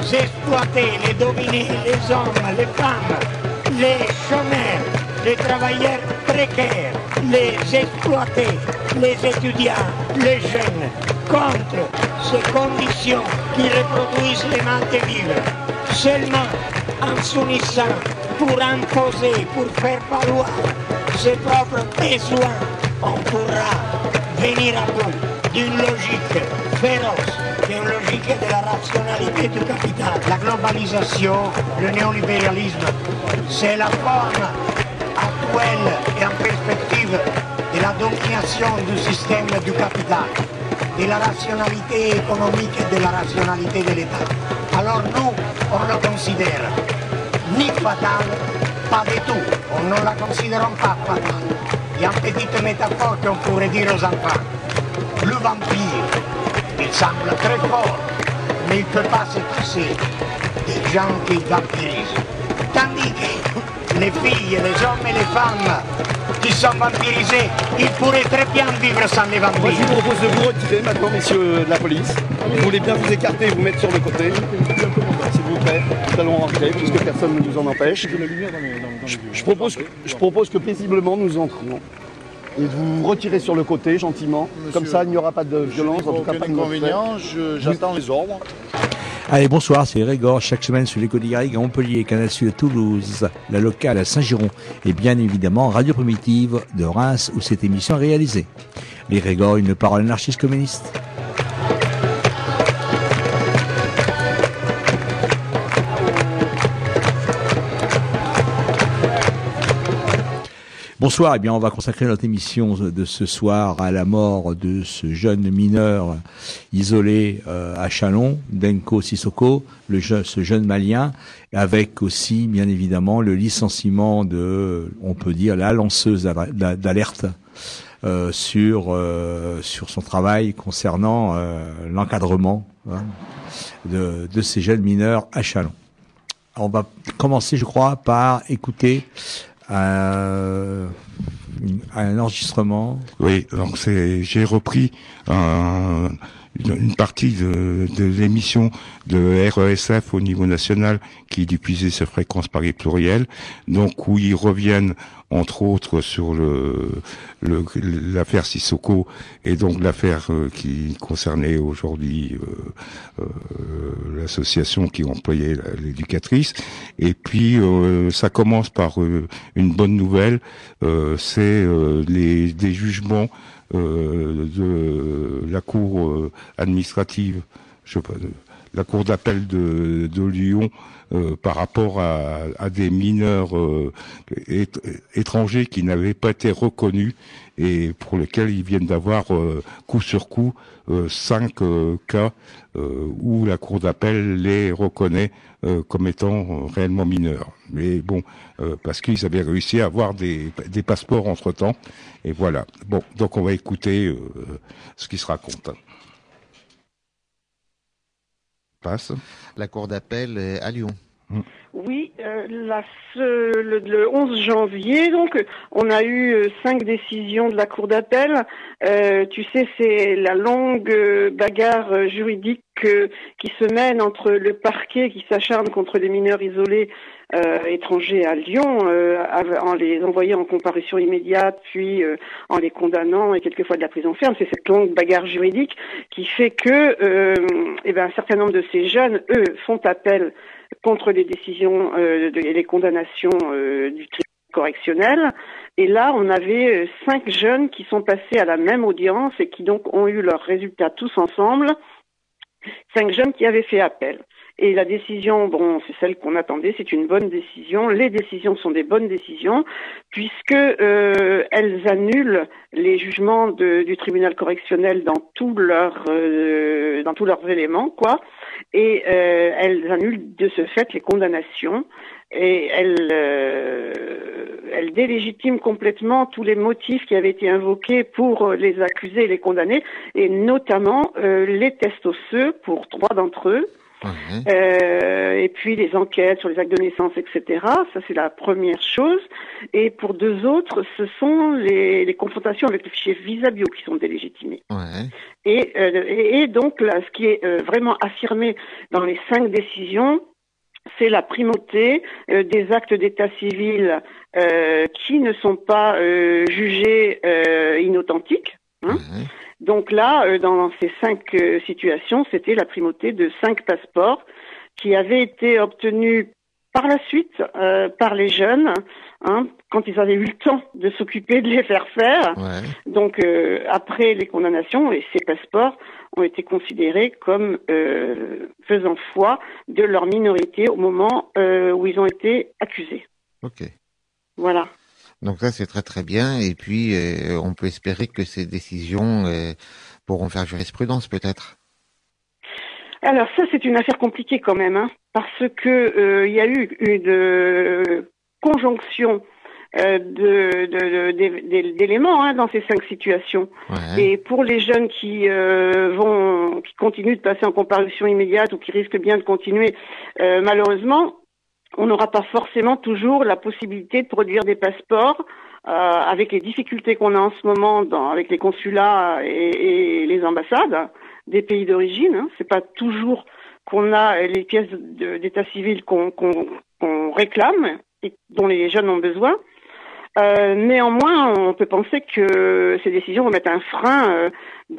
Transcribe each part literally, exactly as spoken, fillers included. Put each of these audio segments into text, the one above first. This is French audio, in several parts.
exploiter, les dominer, les hommes, les femmes, les chômeurs, les travailleurs précaires, les exploiter, les étudiants, les jeunes, contre ces conditions qui reproduisent les mal de vivre. Seulement en s'unissant pour imposer, pour faire valoir ses propres besoins, on pourra venir à bout d'une logique féroce, d'une logique de la rationalité du capital. La globalisation, le néolibéralisme, c'est la forme actuelle et en perspective de la domination du système du capital, de la rationalité économique et de la rationalité de l'État. Alors nous, on le considère ni fatal, pas du tout. On ne la considère pas fatale. Il y a une petite métaphore qu'on pourrait dire aux enfants. Le vampire, il semble très fort, mais il ne peut pas se passer des gens qui vampirisent. Tandis que les filles, les hommes et les femmes qui sont vampirisés, ils pourraient très bien vivre sans les vampires. Moi je vous propose de vous retirer maintenant, messieurs de la police. Vous voulez bien vous écarter et vous mettre sur le côté, s'il vous plaît. Nous allons rentrer puisque personne ne nous en empêche. Je, je, propose, que, je propose que paisiblement nous entrions. Et de vous retirer sur le côté gentiment. Monsieur, comme ça il n'y aura pas de violence, en tout cas pas de inconvénient. J'attends les ordres. Allez, bonsoir, c'est Régor, chaque semaine sur l'écho des Garrigues à Montpellier, Canal Sud à Toulouse, la locale à Saint-Giron et bien évidemment Radio Primitive de Reims où cette émission est réalisée. Les Régor, une parole anarchiste communiste. Bonsoir, eh bien on va consacrer notre émission de ce soir à la mort de ce jeune mineur isolé euh, à Châlons, Denko Sissoko, le je, ce jeune malien, avec aussi bien évidemment le licenciement de, on peut dire, la lanceuse d'alerte euh, sur euh, sur son travail concernant euh, l'encadrement hein, de, de ces jeunes mineurs à Châlons. On va commencer, je crois, par écouter Euh, un enregistrement. Oui, donc c'est, j'ai repris un, une partie de, de l'émission de R E S F au niveau national qui diffusait ses fréquences Paris pluriel, donc où ils reviennent entre autres sur le, le l'affaire Sissoko et donc l'affaire euh, qui concernait aujourd'hui euh, euh, l'association qui employait l'éducatrice. Et puis euh, ça commence par euh, une bonne nouvelle, euh, c'est euh, les des jugements euh, de la cour euh, administrative, je sais pas, de, la cour d'appel de, de Lyon euh, par rapport à, à des mineurs euh, et, étrangers qui n'avaient pas été reconnus et pour lesquels ils viennent d'avoir euh, coup sur coup euh, cinq euh, cas euh, où la cour d'appel les reconnaît euh, comme étant réellement mineurs. Mais bon, euh, parce qu'ils avaient réussi à avoir des, des passeports entre-temps. Et voilà. Bon, donc on va écouter euh, ce qui se raconte. Passe. La cour d'appel à Lyon. Oui, euh, la, ce, le, le onze janvier, donc, on a eu euh, cinq décisions de la cour d'appel. Euh, tu sais, c'est la longue euh, bagarre euh, juridique euh, qui se mène entre le parquet qui s'acharne contre les mineurs isolés euh, étrangers à Lyon, euh, en les envoyant en comparution immédiate, puis euh, en les condamnant et quelquefois de la prison ferme. C'est cette longue bagarre juridique qui fait que, euh, eh ben, un certain nombre de ces jeunes, eux, font appel contre les décisions euh, et les condamnations euh, du tribunal correctionnel. Et là, on avait euh, cinq jeunes qui sont passés à la même audience et qui donc ont eu leurs résultats tous ensemble. Cinq jeunes qui avaient fait appel. Et la décision, bon, c'est celle qu'on attendait, c'est une bonne décision. Les décisions sont des bonnes décisions puisque euh, elles annulent les jugements de, du tribunal correctionnel dans tous leurs euh, dans tous leurs éléments, quoi. Et euh, elles annulent de ce fait les condamnations et elles euh, elles délégitiment complètement tous les motifs qui avaient été invoqués pour les accusés et les condamnés, et notamment euh, les tests osseux pour trois d'entre eux. Ouais. Euh, et puis les enquêtes sur les actes de naissance, et cetera. Ça, c'est la première chose. Et pour deux autres, ce sont les, les confrontations avec le fichier Visa-Bio qui sont délégitimées. Ouais. Et, euh, et, et donc, là, ce qui est euh, vraiment affirmé dans les cinq décisions, c'est la primauté euh, des actes d'état civil euh, qui ne sont pas euh, jugés euh, inauthentiques. Hein. Ouais. Donc là, euh, dans ces cinq euh, situations, c'était la primauté de cinq passeports qui avaient été obtenus par la suite euh, par les jeunes, hein, quand ils avaient eu le temps de s'occuper de les faire faire. Ouais. Donc euh, après les condamnations, et ces passeports ont été considérés comme euh, faisant foi de leur minorité au moment euh, où ils ont été accusés. Ok. Voilà. Donc ça, c'est très très bien. Et puis, euh, on peut espérer que ces décisions euh, pourront faire jurisprudence, peut-être. Alors ça, c'est une affaire compliquée quand même, hein, parce que euh, il y a eu une euh, conjonction euh, de, de, de, d'éléments hein, dans ces cinq situations. Ouais. Et pour les jeunes qui euh, vont, qui continuent de passer en comparution immédiate ou qui risquent bien de continuer, euh, malheureusement, on n'aura pas forcément toujours la possibilité de produire des passeports euh, avec les difficultés qu'on a en ce moment dans, avec les consulats et, et les ambassades des pays d'origine. Hein. C'est pas toujours qu'on a les pièces de, d'état civil qu'on, qu'on, qu'on réclame et dont les jeunes ont besoin. Euh, néanmoins, on peut penser que ces décisions vont mettre un frein euh,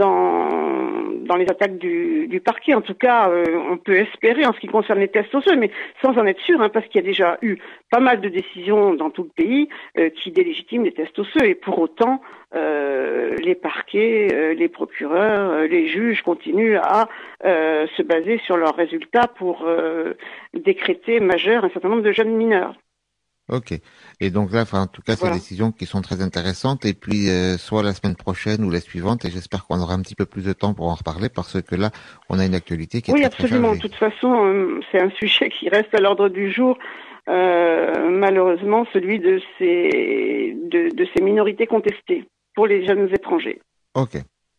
dans dans les attaques du, du parquet. En tout cas, euh, on peut espérer en ce qui concerne les tests osseux, mais sans en être sûr, hein, parce qu'il y a déjà eu pas mal de décisions dans tout le pays euh, qui délégitiment les tests osseux. Et pour autant, euh, les parquets, euh, les procureurs, euh, les juges continuent à euh, se baser sur leurs résultats pour euh, décréter majeur un certain nombre de jeunes mineurs. Ok. Et donc là, enfin, en tout cas, Voilà. ces décisions qui sont très intéressantes. Et puis, euh, soit la semaine prochaine ou la suivante. Et j'espère qu'on aura un petit peu plus de temps pour en reparler parce que là, on a une actualité qui est Oui, très, très absolument. De chargée. toute façon, euh, c'est un sujet qui reste à l'ordre du jour. Euh, malheureusement, celui de ces de, de ces minorités contestées pour les jeunes étrangers. Ok.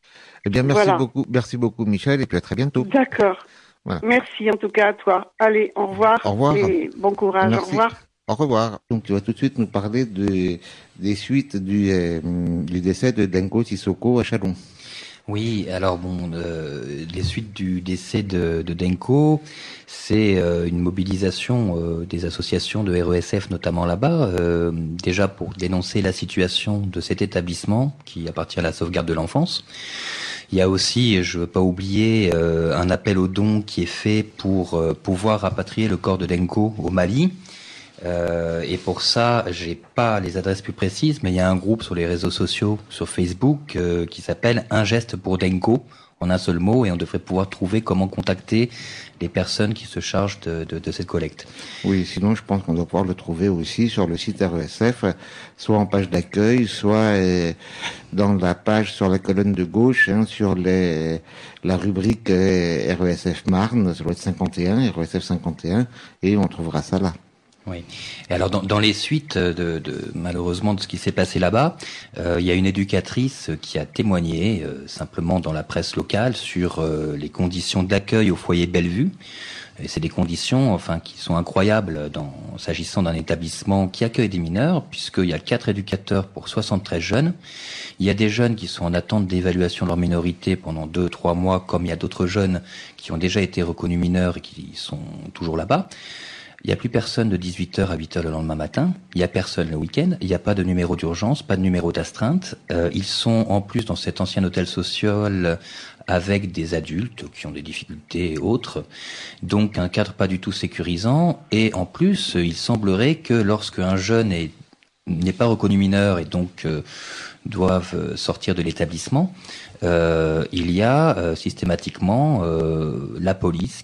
Eh bien, merci Voilà. beaucoup, merci beaucoup, Michel, et puis à très bientôt. D'accord. Voilà. Merci en tout cas à toi. Allez, au revoir. Au revoir. Et bon courage. Merci. Au revoir. Au revoir. Donc, tu vas tout de suite nous parler de, des suites du, euh, du décès de Denko Sissoko à Chalon. Oui, alors bon, euh, les suites du décès de, de Denko, c'est euh, une mobilisation euh, des associations de R E S F, notamment là-bas, euh, déjà pour dénoncer la situation de cet établissement qui appartient à la sauvegarde de l'enfance. Il y a aussi, je ne veux pas oublier, euh, un appel aux dons qui est fait pour euh, pouvoir rapatrier le corps de Denko au Mali. Euh, et pour ça, j'ai pas les adresses plus précises, mais il y a un groupe sur les réseaux sociaux, sur Facebook, euh, qui s'appelle Un geste pour Denko, en un seul mot, et on devrait pouvoir trouver comment contacter les personnes qui se chargent de, de, de cette collecte. Oui, sinon, je pense qu'on doit pouvoir le trouver aussi sur le site R E S F, soit en page d'accueil, soit euh, dans la page sur la colonne de gauche, hein, sur les, la rubrique euh, R E S F Marne, ça doit être cinquante et un, R E S F cinquante et un, et on trouvera ça là. Oui. Et alors dans, dans les suites de, de malheureusement de ce qui s'est passé là-bas, euh, il y a une éducatrice qui a témoigné euh, simplement dans la presse locale sur euh, les conditions d'accueil au foyer Bellevue. Et c'est des conditions, enfin, qui sont incroyables dans s'agissant d'un établissement qui accueille des mineurs, puisqu'il y a quatre éducateurs pour soixante-treize jeunes. Il y a des jeunes qui sont en attente d'évaluation de leur minorité pendant deux, trois mois, comme il y a d'autres jeunes qui ont déjà été reconnus mineurs et qui sont toujours là-bas. Il n'y a plus personne de dix-huit heures à huit heures le lendemain matin. Il n'y a personne le week-end. Il n'y a pas de numéro d'urgence, pas de numéro d'astreinte. Euh, ils sont en plus dans cet ancien hôtel social avec des adultes qui ont des difficultés et autres. Donc un cadre pas du tout sécurisant. Et en plus, il semblerait que lorsque un jeune est, n'est pas reconnu mineur et donc euh, doivent sortir de l'établissement, euh, il y a euh, systématiquement euh, la police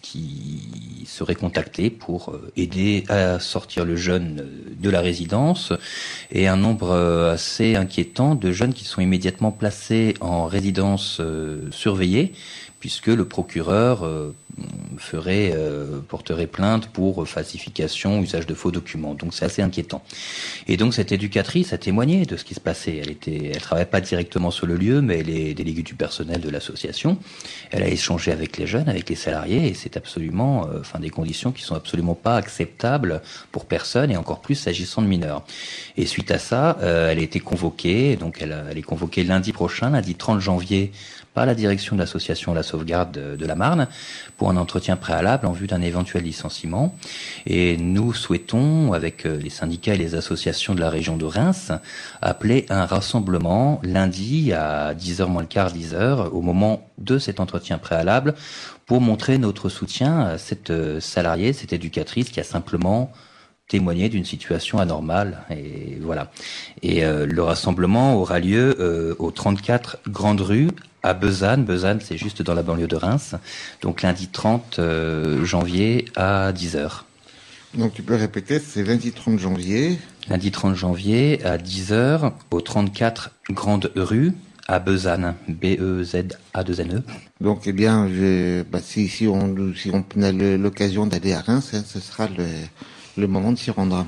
qui serait contactée pour euh, aider à sortir le jeune de la résidence, et un nombre euh, assez inquiétant de jeunes qui sont immédiatement placés en résidence euh, surveillée, puisque le procureur euh, ferait euh, porterait plainte pour falsification, usage de faux documents. Donc c'est assez inquiétant. Et donc cette éducatrice a témoigné de ce qui se passait. Elle était, elle travaille pas directement sur le lieu, mais elle est déléguée du personnel de l'association. Elle a échangé avec les jeunes, avec les salariés, et c'est absolument, euh, enfin, des conditions qui sont absolument pas acceptables pour personne, et encore plus s'agissant de mineurs. Et suite à ça, euh, elle a été convoquée, donc elle, a, elle est convoquée lundi prochain, lundi trente janvier, par la direction de l'association La Sauvegarde de, de la Marne, pour un entretien préalable en vue d'un éventuel licenciement. Et nous souhaitons, avec les syndicats et les associations de la région de Reims, appeler un rassemblement lundi à dix heures moins le quart, dix heures, au moment de cet entretien préalable, pour montrer notre soutien à cette salariée, cette éducatrice qui a simplement témoigner d'une situation anormale, et voilà. Et euh, le rassemblement aura lieu euh, au trente-quatre Grande Rue à Besanne. Besanne, c'est juste dans la banlieue de Reims. Donc lundi trente janvier à dix heures. Donc tu peux répéter, c'est lundi trente janvier. Lundi trente janvier à dix heures au trente-quatre Grande Rue à Besanne, B E Z A deux N E. Donc, eh bien, je, bah, si, si on, si on a l'occasion d'aller à Reims, hein, ce sera le, le moment de s'y rendre.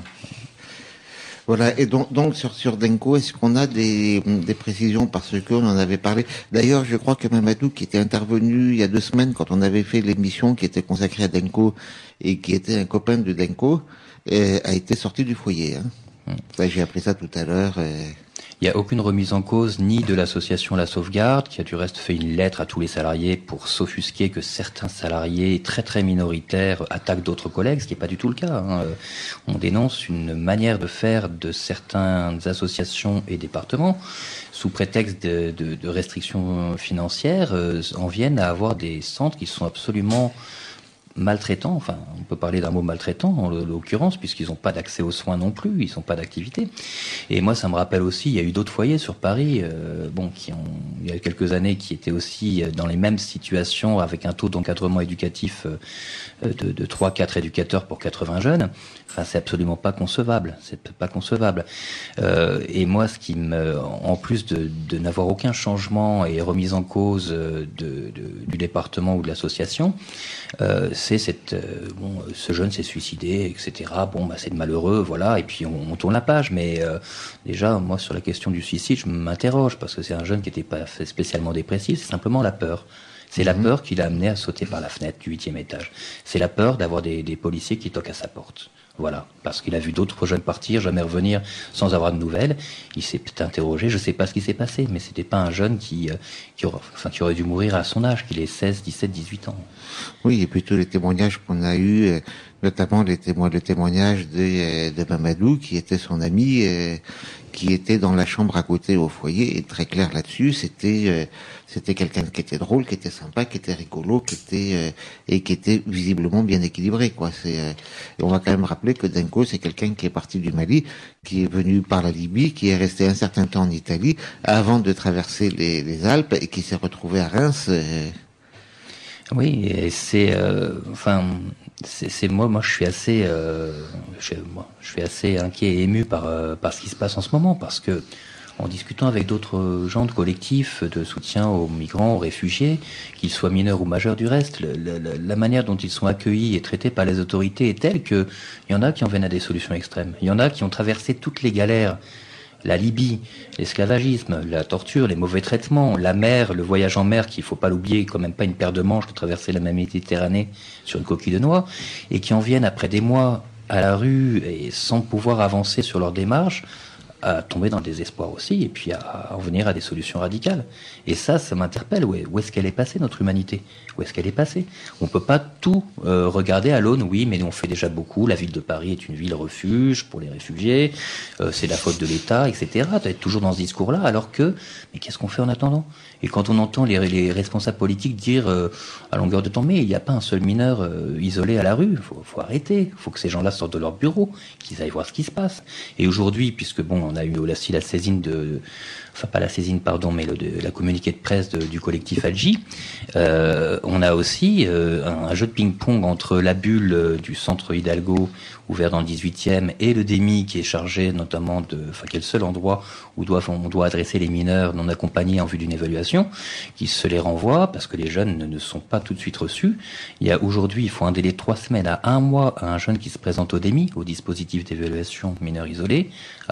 Voilà. Et donc, donc sur, sur Denko, est-ce qu'on a des, des précisions, parce qu'on en avait parlé. D'ailleurs, je crois que Mamadou, qui était intervenu il y a deux semaines quand on avait fait l'émission qui était consacrée à Denko et qui était un copain de Denko, euh, a été sorti du foyer, hein. Mmh. J'ai appris ça tout à l'heure. Euh... Il n'y a aucune remise en cause ni de l'association La Sauvegarde, qui a du reste fait une lettre à tous les salariés pour s'offusquer que certains salariés très très minoritaires attaquent d'autres collègues, ce qui n'est pas du tout le cas, hein. On dénonce une manière de faire de certaines associations et départements, sous prétexte de, de, de restrictions financières, euh, en viennent à avoir des centres qui sont absolument maltraitants, enfin, on peut parler d'un mot maltraitant en l'occurrence, puisqu'ils n'ont pas d'accès aux soins non plus, ils n'ont pas d'activité. Et moi, ça me rappelle aussi, il y a eu d'autres foyers sur Paris, euh, bon, qui ont, il y a quelques années, qui étaient aussi dans les mêmes situations, avec un taux d'encadrement éducatif euh, de, de trois quatre éducateurs pour quatre-vingts jeunes. Enfin, c'est absolument pas concevable, c'est pas concevable. Euh, et moi, ce qui me, en plus de, de n'avoir aucun changement et remise en cause de, de, du département ou de l'association, euh, c'est cette, euh, bon, ce jeune s'est suicidé, et cetera. Bon, bah, c'est malheureux, voilà. Et puis on, on tourne la page. Mais euh, déjà, moi, sur la question du suicide, je m'interroge parce que c'est un jeune qui n'était pas spécialement dépressif, c'est simplement la peur. C'est la peur qui l'a amené à sauter par la fenêtre du huitième étage. C'est la peur d'avoir des, des policiers qui toquent à sa porte. Voilà, parce qu'il a vu d'autres jeunes partir, jamais revenir sans avoir de nouvelles. Il s'est peut-être interrogé, je ne sais pas ce qui s'est passé, mais c'était pas un jeune qui, qui, aurait, enfin, qui aurait dû mourir à son âge, qu'il ait seize, dix-sept, dix-huit ans. Oui, et puis tous les témoignages qu'on a eus, notamment les témoins, le témoignage de, de Mamadou, qui était son ami, euh, qui était dans la chambre à côté au foyer, et très clair là-dessus, c'était euh, c'était quelqu'un qui était drôle, qui était sympa, qui était rigolo, qui était euh, et qui était visiblement bien équilibré, quoi. C'est euh, et on va quand même rappeler que Denko, c'est quelqu'un qui est parti du Mali, qui est venu par la Libye, qui est resté un certain temps en Italie avant de traverser les, les Alpes et qui s'est retrouvé à Reims. Euh... Oui, et c'est euh, enfin c'est, c'est moi moi je suis assez euh, je, moi je suis assez inquiet et ému par euh, par ce qui se passe en ce moment, parce que en discutant avec d'autres gens de collectifs de soutien aux migrants, aux réfugiés, qu'ils soient mineurs ou majeurs du reste, le, le, la manière dont ils sont accueillis et traités par les autorités est telle que il y en a qui en viennent à des solutions extrêmes. Il y en a qui ont traversé toutes les galères, la Libye, l'esclavagisme, la torture, les mauvais traitements, la mer, le voyage en mer, qu'il faut pas l'oublier, quand même pas une paire de manches de traverser la même Méditerranée sur une coquille de noix, et qui en viennent après des mois à la rue et sans pouvoir avancer sur leur démarche, à tomber dans le désespoir aussi, et puis à en venir à des solutions radicales. Et ça, ça m'interpelle. Où est, où est-ce qu'elle est passée, notre humanité ? Où est-ce qu'elle est passée ? On peut pas tout euh, regarder à l'aune, oui, mais on fait déjà beaucoup. La ville de Paris est une ville refuge pour les réfugiés, euh, c'est la faute de l'État, et cetera. Tu es toujours dans ce discours-là, alors que, mais qu'est-ce qu'on fait en attendant ? Et quand on entend les, les responsables politiques dire euh, à longueur de temps, mais il n'y a pas un seul mineur euh, isolé à la rue, il faut, faut arrêter, il faut que ces gens-là sortent de leur bureau, qu'ils aillent voir ce qui se passe. Et aujourd'hui, puisque bon, on a eu aussi la saisine de, enfin pas la saisine, pardon, mais le, de, la communiqué de presse de, du collectif Algi, euh, on a aussi euh, un, un jeu de ping-pong entre la bulle euh, du centre Hidalgo, ouvert dans le dix-huitième, et le D E M I, qui est chargé notamment de, enfin qui est le seul endroit où doivent, on doit adresser les mineurs non accompagnés en vue d'une évaluation, qui se les renvoie parce que les jeunes ne, ne sont pas tout de suite reçus. Il y a aujourd'hui, il faut un délai de trois semaines à un mois à un jeune qui se présente au D E M I, au dispositif d'évaluation mineurs isolés, à Couronne,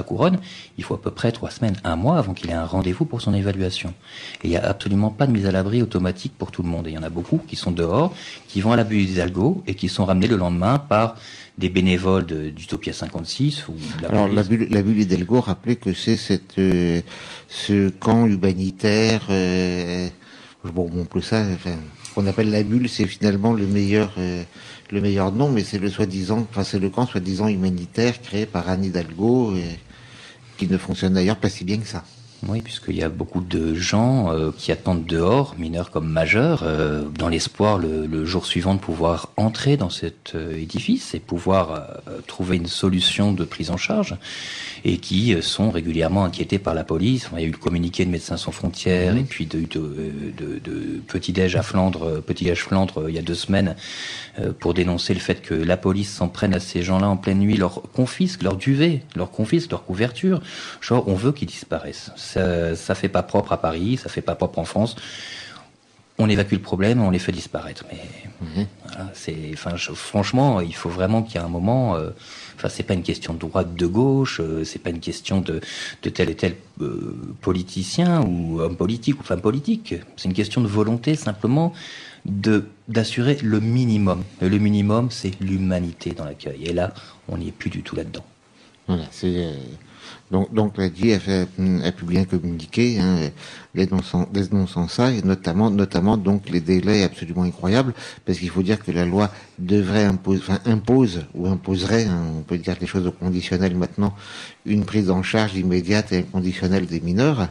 il faut à peu près trois semaines, un mois avant qu'il ait un rendez-vous pour son évaluation. Et il n'y a absolument pas de mise à l'abri automatique pour tout le monde. Et il y en a beaucoup qui sont dehors, qui vont à la bulle d'Hidalgo et qui sont ramenés le lendemain par des bénévoles de, d'Utopia cinquante-six ou de la Alors police. la bulle, la bulle Hidalgo, rappelez que c'est cette, euh, ce camp humanitaire, euh, bon, on peut ça, enfin, qu'on appelle la bulle, c'est finalement le meilleur, euh, le meilleur nom, mais c'est le soi-disant, enfin c'est le camp soi-disant humanitaire créé par Anne Hidalgo, euh, qui ne fonctionne d'ailleurs pas si bien que ça. Oui, puisqu'il y a beaucoup de gens euh, qui attendent dehors, mineurs comme majeurs, euh, dans l'espoir le, le jour suivant de pouvoir entrer dans cet euh, édifice et pouvoir euh, trouver une solution de prise en charge, et qui euh, sont régulièrement inquiétés par la police. Enfin, il y a eu le communiqué de Médecins sans frontières, mmh. et puis de, de, de, de Petit-Déj à Flandre, Petit-Déj Flandre, euh, il y a deux semaines, euh, pour dénoncer le fait que la police s'en prenne à ces gens-là en pleine nuit, leur confisque leur duvet, leur confisque leur couverture. Genre, on veut qu'ils disparaissent. Ça, ça fait pas propre à Paris, ça fait pas propre en France. On évacue le problème, on les fait disparaître. Mais mmh. voilà, c'est, enfin, je, franchement, il faut vraiment qu'il y ait un moment. Euh, enfin, c'est pas une question de droite, de gauche, euh, c'est pas une question de, de tel et tel euh, politicien ou homme politique ou femme politique. C'est une question de volonté simplement de d'assurer le minimum. Et le minimum, c'est l'humanité dans l'accueil. Et là, on n'y est plus du tout là-dedans. Voilà, c'est euh... Donc, donc la D G a, fait, a publié un communiqué hein, dénonçant, dénonçant ça, et notamment, notamment donc les délais absolument incroyables, parce qu'il faut dire que la loi devrait imposer, enfin impose ou imposerait, hein, on peut dire les choses au conditionnel maintenant, une prise en charge immédiate et inconditionnelle des mineurs.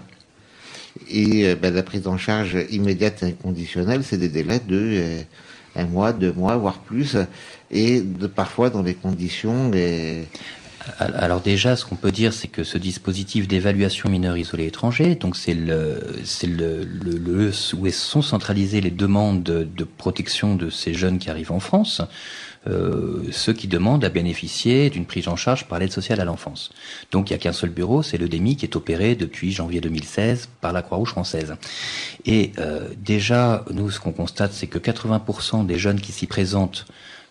Et euh, ben, la prise en charge immédiate et inconditionnelle, c'est des délais de euh, un mois, deux mois, voire plus, et de parfois dans des conditions. Euh, Alors déjà, ce qu'on peut dire, c'est que ce dispositif d'évaluation mineurs isolés étrangers, donc c'est le, c'est le, le, le où sont centralisées les demandes de, de protection de ces jeunes qui arrivent en France, euh, ceux qui demandent à bénéficier d'une prise en charge par l'aide sociale à l'enfance. Donc il n'y a qu'un seul bureau, c'est le D M I qui est opéré depuis janvier deux mille seize par la Croix-Rouge française. Et euh, déjà, nous, ce qu'on constate, c'est que quatre-vingts pour cent des jeunes qui s'y présentent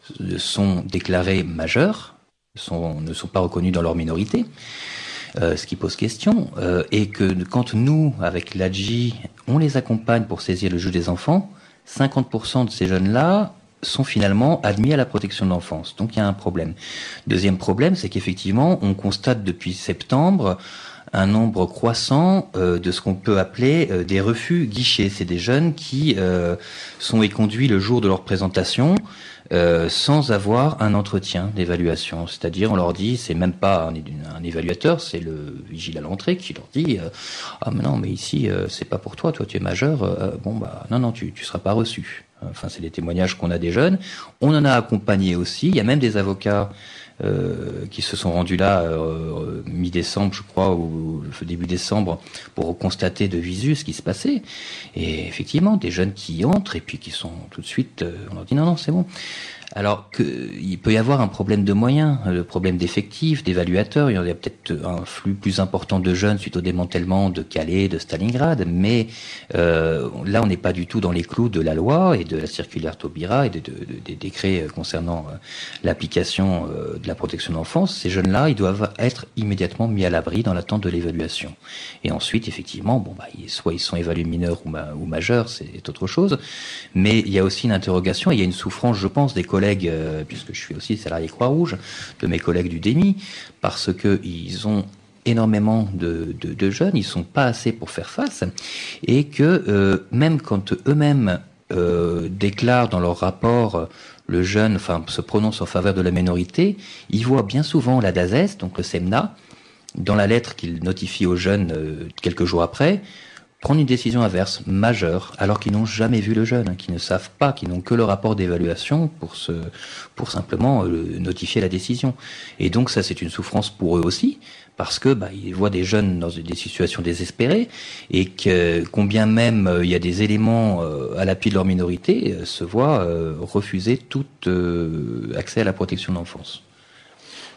sont déclarés majeurs. Sont, ne sont pas reconnus dans leur minorité, euh, ce qui pose question, euh, et que quand nous, avec l'A D J, on les accompagne pour saisir le juge des enfants, cinquante pour cent de ces jeunes-là sont finalement admis à la protection de l'enfance. Donc il y a un problème. Deuxième problème, c'est qu'effectivement, on constate depuis septembre un nombre croissant euh, de ce qu'on peut appeler euh, des refus guichets. C'est des jeunes qui euh, sont éconduits le jour de leur présentation, Euh, sans avoir un entretien d'évaluation. C'est-à-dire, on leur dit, c'est même pas un, un évaluateur, c'est le vigile à l'entrée qui leur dit euh, ah mais non, mais ici euh, c'est pas pour toi, toi tu es majeur, euh, bon bah non non tu tu seras pas reçu. Enfin, c'est les témoignages qu'on a des jeunes. On en a accompagné aussi. Il y a même des avocats euh, qui se sont rendus là euh, mi-décembre, je crois, ou début décembre, pour constater de visu ce qui se passait. Et effectivement, des jeunes qui entrent et puis qui sont tout de suite, euh, on leur dit non, non, c'est bon. Alors qu'il peut y avoir un problème de moyens, le problème d'effectifs, d'évaluateurs. Il y a peut-être un flux plus important de jeunes suite au démantèlement de Calais, de Stalingrad, mais euh, là on n'est pas du tout dans les clous de la loi et de la circulaire Taubira et de, de, de, des décrets concernant euh, l'application euh, de la protection de l'enfance. Ces jeunes-là, ils doivent être immédiatement mis à l'abri dans l'attente de l'évaluation. Et ensuite, effectivement, bon bah soit ils sont évalués mineurs ou, ma, ou majeurs, c'est autre chose, mais il y a aussi une interrogation, il y a une souffrance, je pense, des collègues collègues, euh, puisque je suis aussi salarié Croix-Rouge, de mes collègues du D M I, parce que ils ont énormément de, de, de jeunes, ils sont pas assez pour faire face, et que euh, même quand eux-mêmes euh, déclarent dans leur rapport le jeune, enfin se prononce en faveur de la minorité, ils voient bien souvent la D A Z E S, donc le SEMNA, dans la lettre qu'ils notifient aux jeunes euh, quelques jours après, prendre une décision inverse, majeure, alors qu'ils n'ont jamais vu le jeune, hein, qu'ils ne savent pas, qu'ils n'ont que le rapport d'évaluation pour se, pour simplement euh, notifier la décision. Et donc ça, c'est une souffrance pour eux aussi, parce que bah, ils voient des jeunes dans des situations désespérées, et que combien même il euh, y a des éléments euh, à l'appui de leur minorité, euh, se voient euh, refuser tout euh, accès à la protection de l'enfance.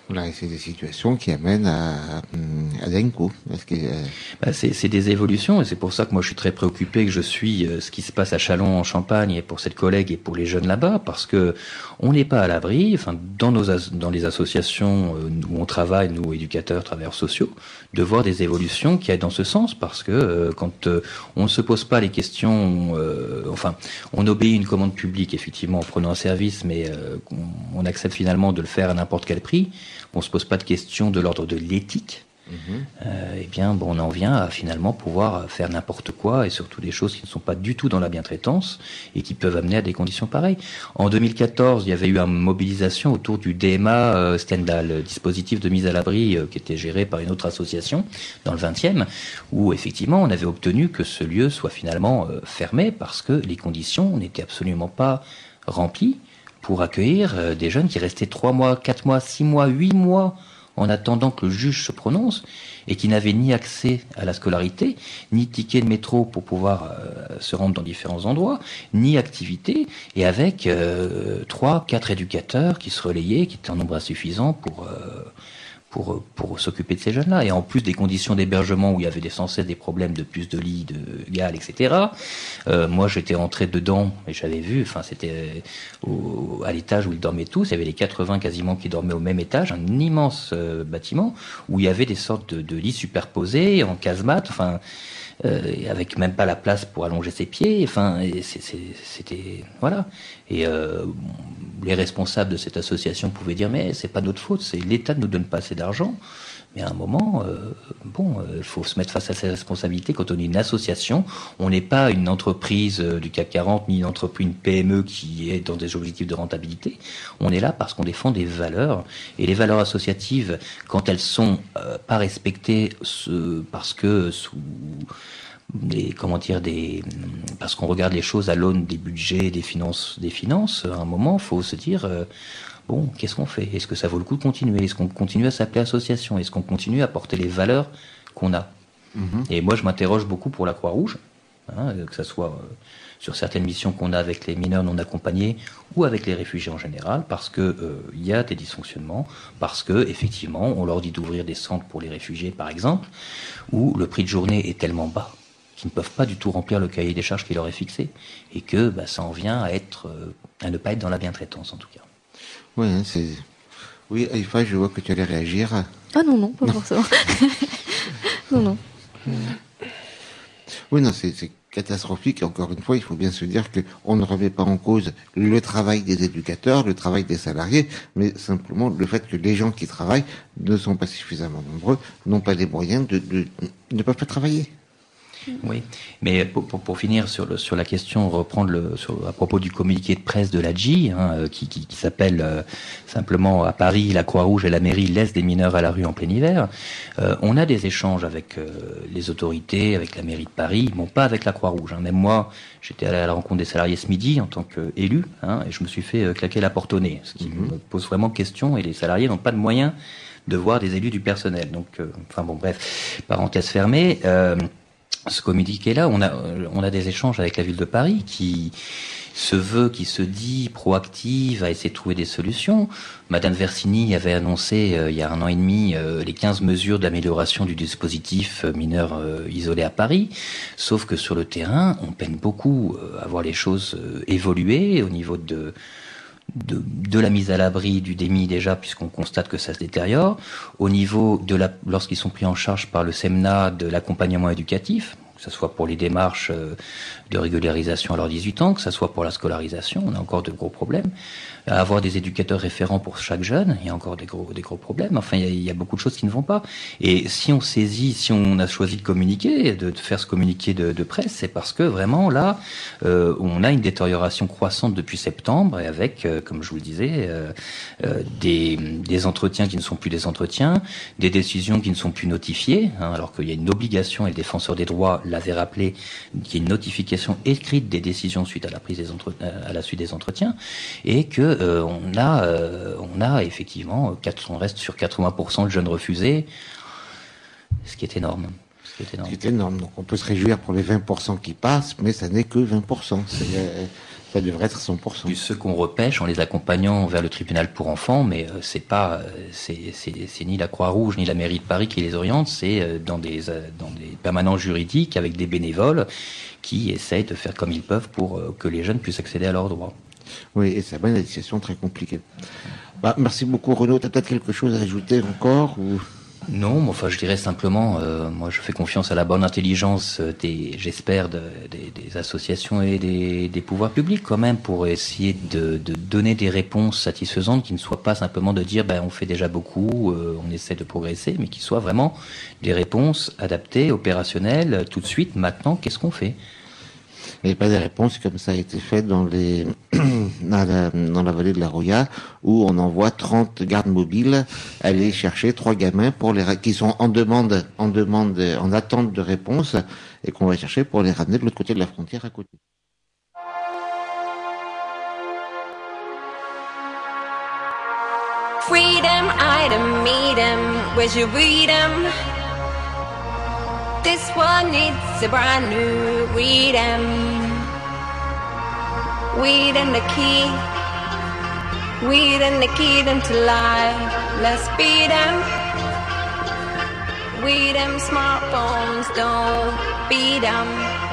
Voilà, et c'est des situations qui amènent à, à Denko. Parce que, euh... bah, c'est, c'est des évolutions, et c'est pour ça que moi je suis très préoccupé, que je suis euh, ce qui se passe à Châlons en Champagne, et pour cette collègue et pour les jeunes là-bas, parce que on n'est pas à l'abri, enfin dans nos as- dans les associations euh, où on travaille, nous éducateurs, travailleurs sociaux, de voir des évolutions qui aillent dans ce sens, parce que euh, quand euh, on ne se pose pas les questions, euh, enfin on obéit une commande publique effectivement en prenant un service, mais euh, on, on accepte finalement de le faire à n'importe quel prix. On se pose pas de questions de l'ordre de l'éthique, mmh. euh, eh bien, bon, on en vient à finalement pouvoir faire n'importe quoi, et surtout des choses qui ne sont pas du tout dans la bientraitance et qui peuvent amener à des conditions pareilles. En deux mille quatorze, il y avait eu une mobilisation autour du D M A euh, Stendhal, le dispositif de mise à l'abri euh, qui était géré par une autre association dans le vingtième, où effectivement on avait obtenu que ce lieu soit finalement euh, fermé parce que les conditions n'étaient absolument pas remplies pour accueillir euh, des jeunes qui restaient trois mois, quatre mois, six mois, huit mois en attendant que le juge se prononce et qui n'avaient ni accès à la scolarité, ni ticket de métro pour pouvoir euh, se rendre dans différents endroits, ni activité, et avec euh, trois, quatre éducateurs qui se relayaient, qui étaient en nombre insuffisant pour... Euh, Pour, pour s'occuper de ces jeunes-là. Et en plus des conditions d'hébergement où il y avait des, sans cesse des problèmes de plus de lits, de gales, et cetera. Euh, moi, j'étais rentré dedans et j'avais vu, enfin, c'était au, à l'étage où ils dormaient tous. Il y avait les quatre-vingts quasiment qui dormaient au même étage, un immense euh, bâtiment où il y avait des sortes de, de lits superposés en casemate, enfin, euh, avec même pas la place pour allonger ses pieds. Enfin, et c'est, c'est, c'était voilà. Et euh, les responsables de cette association pouvaient dire mais c'est pas notre faute, c'est l'État ne nous donne pas assez d'argent. Mais à un moment, euh, bon, il euh, faut se mettre face à ses responsabilités. Quand on est une association, on n'est pas une entreprise euh, du C A C quarante ni une entreprise, une P M E qui est dans des objectifs de rentabilité. On est là parce qu'on défend des valeurs, et les valeurs associatives, quand elles sont euh, pas respectées, ce, parce que sous des, comment dire, des, parce qu'on regarde les choses à l'aune des budgets, des finances, des finances, à un moment, faut se dire, euh, bon, qu'est-ce qu'on fait? Est-ce que ça vaut le coup de continuer? Est-ce qu'on continue à s'appeler association? Est-ce qu'on continue à porter les valeurs qu'on a? Mmh. Et moi, je m'interroge beaucoup pour la Croix-Rouge, hein, que ça soit euh, sur certaines missions qu'on a avec les mineurs non accompagnés ou avec les réfugiés en général, parce que euh, il y a des dysfonctionnements, parce que effectivement, on leur dit d'ouvrir des centres pour les réfugiés, par exemple, où le prix de journée est tellement bas qui ne peuvent pas du tout remplir le cahier des charges qui leur est fixé, et que bah, ça en vient à être, euh, à ne pas être dans la bientraitance en tout cas. Oui, hein, c'est... Oui, Aïfa, je vois que tu allais réagir. Ah non, non, pas non. forcément. non, non. Oui, non, c'est, c'est catastrophique, et encore une fois, il faut bien se dire qu'on ne remet pas en cause le travail des éducateurs, le travail des salariés, mais simplement le fait que les gens qui travaillent ne sont pas suffisamment nombreux, n'ont pas les moyens de, de, ne peuvent pas travailler. Oui, mais pour, pour, pour finir sur, le, sur la question, reprendre le, sur, à propos du communiqué de presse de l'A D J I, hein, qui, qui, qui s'appelle euh, simplement à Paris, la Croix-Rouge et la mairie laissent des mineurs à la rue en plein hiver. Euh, on a des échanges avec euh, les autorités, avec la mairie de Paris, bon, pas avec la Croix-Rouge. Hein. Même moi, j'étais allé à la rencontre des salariés ce midi en tant qu'élu, hein, et je me suis fait euh, claquer la porte au nez, ce qui mmh. me pose vraiment question, et les salariés n'ont pas de moyens de voir des élus du personnel. Donc, euh, enfin bon, bref, parenthèse fermée. Euh, Ce communiqué-là, on a, on a des échanges avec la ville de Paris qui se veut, qui se dit proactive, à essayer de trouver des solutions. Madame Versini avait annoncé euh, il y a un an et demi euh, les quinze mesures d'amélioration du dispositif euh, mineur euh, isolé à Paris. Sauf que sur le terrain, on peine beaucoup euh, à voir les choses euh, évoluer au niveau de De, de la mise à l'abri, du D M I déjà, puisqu'on constate que ça se détériore, au niveau de la, lorsqu'ils sont pris en charge par le SEMNA, de l'accompagnement éducatif, que ce soit pour les démarches de régularisation à leurs dix-huit ans, que ce soit pour la scolarisation, on a encore de gros problèmes. À avoir des éducateurs référents pour chaque jeune, il y a encore des gros, des gros problèmes. Enfin, il y, a, il y a beaucoup de choses qui ne vont pas. Et si on saisit, si on a choisi de communiquer, de, de faire ce communiqué de, de presse, c'est parce que vraiment là, euh, on a une détérioration croissante depuis septembre, et avec, euh, comme je vous le disais, euh, euh, des, des entretiens qui ne sont plus des entretiens, des décisions qui ne sont plus notifiées, hein, alors qu'il y a une obligation, et le défenseur des droits l'avait rappelé, qu'il y a une notification écrite des décisions suite à la prise des entre, à la suite des entretiens, et que Euh, on a, euh, on a effectivement, quatre, on reste sur quatre-vingts pour cent de jeunes refusés, ce qui est énorme. Ce qui est énorme. Ce qui est énorme. Donc on peut se réjouir pour les vingt pour cent qui passent, mais ça n'est que vingt pour cent. C'est, euh, Ça devrait être cent pour cent. Ceux qu'on repêche en les accompagnant vers le tribunal pour enfants, mais euh, c'est pas, c'est, c'est, c'est ni la Croix-Rouge ni la mairie de Paris qui les oriente, c'est euh, dans des euh, dans des permanences juridiques avec des bénévoles qui essayent de faire comme ils peuvent pour euh, que les jeunes puissent accéder à leurs droits. Oui, et c'est une situation très compliquée. Bah, merci beaucoup Renaud. Tu as peut-être quelque chose à ajouter encore ou... Non, mais enfin, je dirais simplement, euh, moi, je fais confiance à la bonne intelligence des, j'espère, de, des, des associations et des, des pouvoirs publics quand même pour essayer de, de donner des réponses satisfaisantes qui ne soient pas simplement de dire, ben, on fait déjà beaucoup, euh, on essaie de progresser, mais qui soient vraiment des réponses adaptées, opérationnelles, tout de suite, maintenant, qu'est-ce qu'on fait? Il n'y a pas des réponses comme ça a été fait dans les dans, la, dans la vallée de la Roya où on envoie trente gardes mobiles aller chercher trois gamins pour les qui sont en demande en demande en attente de réponse et qu'on va chercher pour les ramener de l'autre côté de la frontière à côté. Freedom, item, meet 'em, where's your freedom? This one needs a brand new weed and weed and the key, weed and the key them to life. Let's beat them. Weed them smartphones, don't beat them.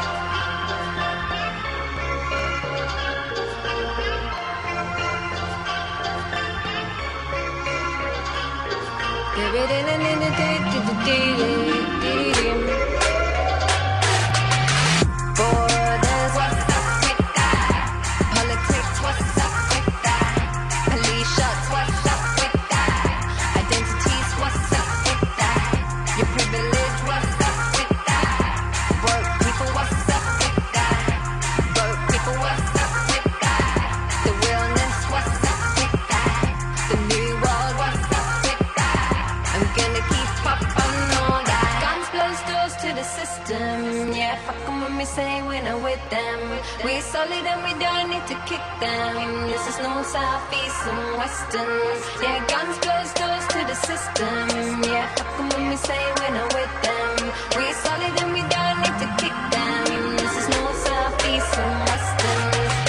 Borders, what's up with that? Politics, what's up with that? Police shots, what's up with that? Identities, what's up with that? Your privilege, what's up with that? Broke people, what's up with that? Broke people, what's up with that? The realness, what's up with that? The new world, what's up with that? I'm gonna keep up on all that. Guns close doors to the system. Yeah, fuck 'em when we say we're not with them. We're solid and we don't need to kick them. This is no south, east and western. Yeah, guns close doors to the system. Yeah, fuck 'em when we say we're not with them. We're solid and we don't need to kick them. This is no south, east and western.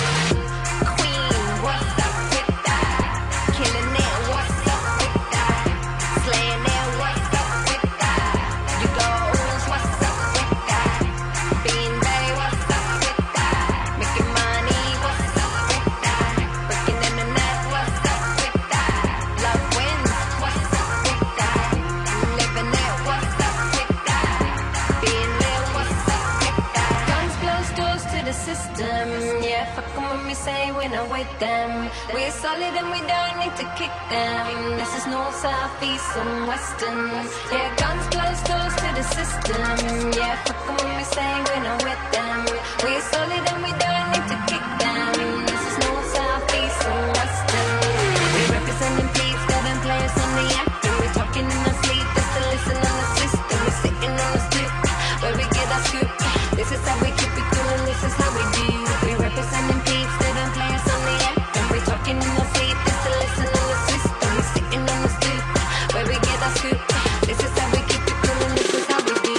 Queen, what's up with that? Killing it, what's up with that? Slaying it, what's up with that? You goals, what's up with that? Being Bay, what's up with that? Making money, what's up with that? Breaking in the net, what's up with that? Love wins, what's up with that? Living it, what's up with that? Being real, what's up with that? Guns close doors to the system. Yeah, fuck 'em when we say we're not with them. We're solid and we don't need to kick them. This is north, south, east and western. Yeah, guns close doors to the system. Yeah, fuck 'em when we say we're not with them. We're solid and we don't need to kick them. This is north, south, east and western. We're representing peace, God and players on the actor. We're talking in our sleep, just to listen on the system. We're sitting on the stoop, where we get our scoop. This is how we keep it cool and this is how we do. We're representing peace, God and players on the actor. We're talking in our sleep, just to listen on the system. We're sitting on the stoop, where we get our scoop. This is how we keep it cool and this is how we do.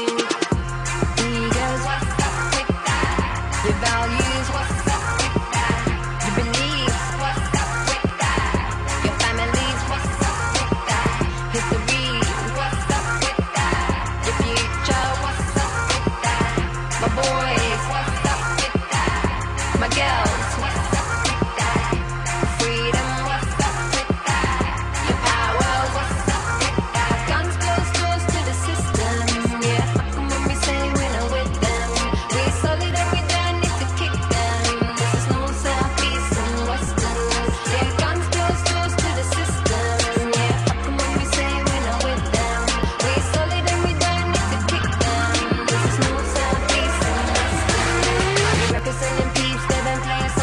Egos, what's up with that? Your values, what's up with that? Your beliefs, what's up with that? Your families, what's up with that? History, what's up with that? Your future, what's up with that? My boys, what's up with that? My girls, what's up with that? Freedom, what's up with that? Your power, what's up with that? Guns close doors to the system. Yeah, fuck 'em when we say we're not with them. We're solid and we don't need to kick them. This is no south, east and western. Yeah, guns close doors to the system. Yeah, fuck 'em when we say we're not with them. We're solid and we don't need to kick them. This is no south, east and western. We're representing peeps, they don't play us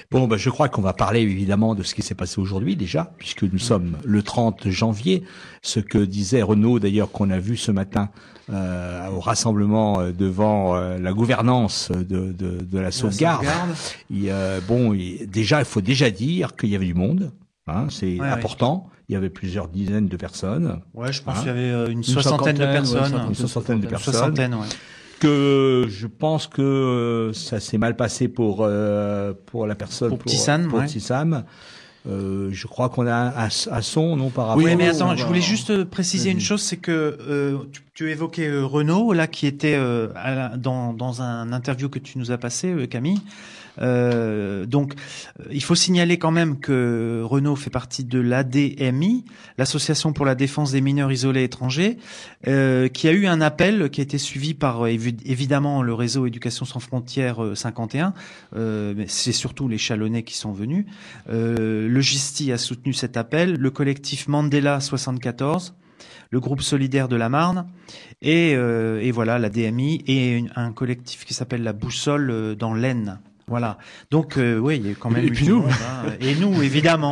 Bon, ben, je crois qu'on va parler évidemment de ce qui s'est passé aujourd'hui déjà, puisque nous sommes le trente janvier. Ce que disait Renaud, d'ailleurs, qu'on a vu ce matin euh, au rassemblement euh, devant euh, la gouvernance de, de, de la sauvegarde. La sauvegarde. Et, euh, bon, il, déjà, il faut déjà dire qu'il y avait du monde. Hein, c'est ouais, important. Ouais. Il y avait plusieurs dizaines de personnes. Ouais, je pense hein. qu'il y avait euh, une, une soixantaine de personnes. Ouais, une soixantaine de personnes. Soixantaine, ouais. Que je pense que euh, ça s'est mal passé pour euh, pour la personne pour, pour Tissam, pour ouais. Tissam. Euh, je crois qu'on a un, un son non par rapport. Oui, mais attends, je voulais juste préciser une chose, c'est que euh, tu, tu évoquais euh, Renaud là qui était euh, à la, dans dans un interview que tu nous as passé, euh, Camille. Euh, donc, il faut signaler quand même que Renaud fait partie de l'A D M I, l'Association pour la défense des mineurs isolés étrangers, euh, qui a eu un appel qui a été suivi par évidemment le réseau Éducation sans frontières cinquante et un. Euh, mais c'est surtout les Chalonnais qui sont venus. Euh, le Gisti a soutenu cet appel, le collectif Mandela soixante-quatorze. Le groupe solidaire de la Marne et, euh, et voilà la D M I et une, un collectif qui s'appelle la Boussole euh, dans l'Aisne. Voilà. Donc euh, oui, il y a quand même. Et puis nous. Monde, hein. Et nous, évidemment.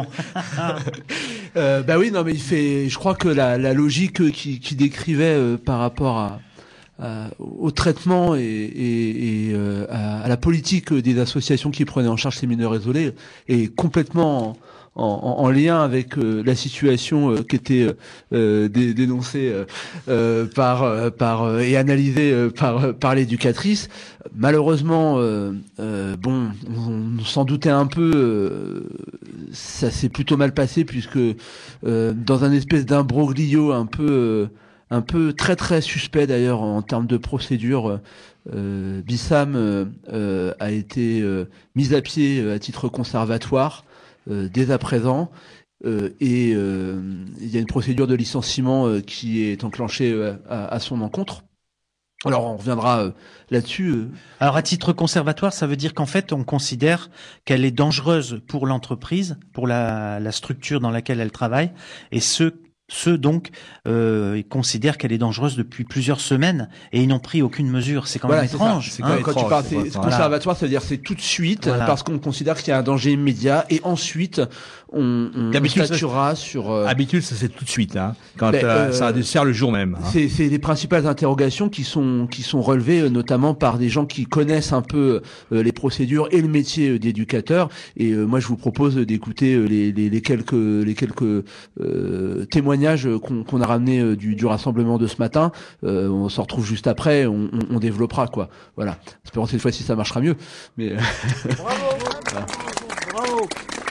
euh, bah oui, non, mais il fait. Je crois que la, la logique qui, qui décrivait euh, par rapport à, à au traitement et, et, et euh, à, à la politique des associations qui prenaient en charge ces mineurs isolés est complètement en, en, en lien avec euh, la situation euh, qui était euh, dé, dénoncée euh, euh, par euh, par euh, et analysée euh, par par l'éducatrice. Malheureusement, euh, euh, bon, on, on s'en doutait un peu. Euh, ça s'est plutôt mal passé puisque euh, dans un espèce d'imbroglio un peu euh, un peu très très suspect d'ailleurs en termes de procédure. Euh, Bissam euh, euh, a été euh, mise à pied euh, à titre conservatoire. Euh, dès à présent, euh, et euh, il y a une procédure de licenciement euh, qui est enclenchée euh, à, à son encontre. Alors on reviendra euh, là-dessus. Euh. Alors à titre conservatoire, ça veut dire qu'en fait on considère qu'elle est dangereuse pour l'entreprise, pour la, la structure dans laquelle elle travaille, et ce Ceux donc euh, ils considèrent qu'elle est dangereuse depuis plusieurs semaines et ils n'ont pris aucune mesure. C'est quand voilà, même étrange. C'est hein, quand étrange, tu parles c'est, c'est conservatoire, voilà. C'est-à-dire c'est tout de suite voilà. Parce qu'on considère qu'il y a un danger immédiat et ensuite on, on statuera sur. Euh... Habitude, ça c'est tout de suite, hein, quand ben, euh, ça sert le jour même. Hein. C'est, c'est les principales interrogations qui sont qui sont relevées notamment par des gens qui connaissent un peu euh, les procédures et le métier d'éducateur. Et euh, moi, je vous propose d'écouter les, les, les quelques les quelques euh, témoignages Qu'on, qu'on a ramené du, du rassemblement de ce matin. Euh, on s'en retrouve juste après, on, on, on développera quoi. Voilà. Espérons que cette fois-ci ça marchera mieux. Mais bravo, voilà. Bravo.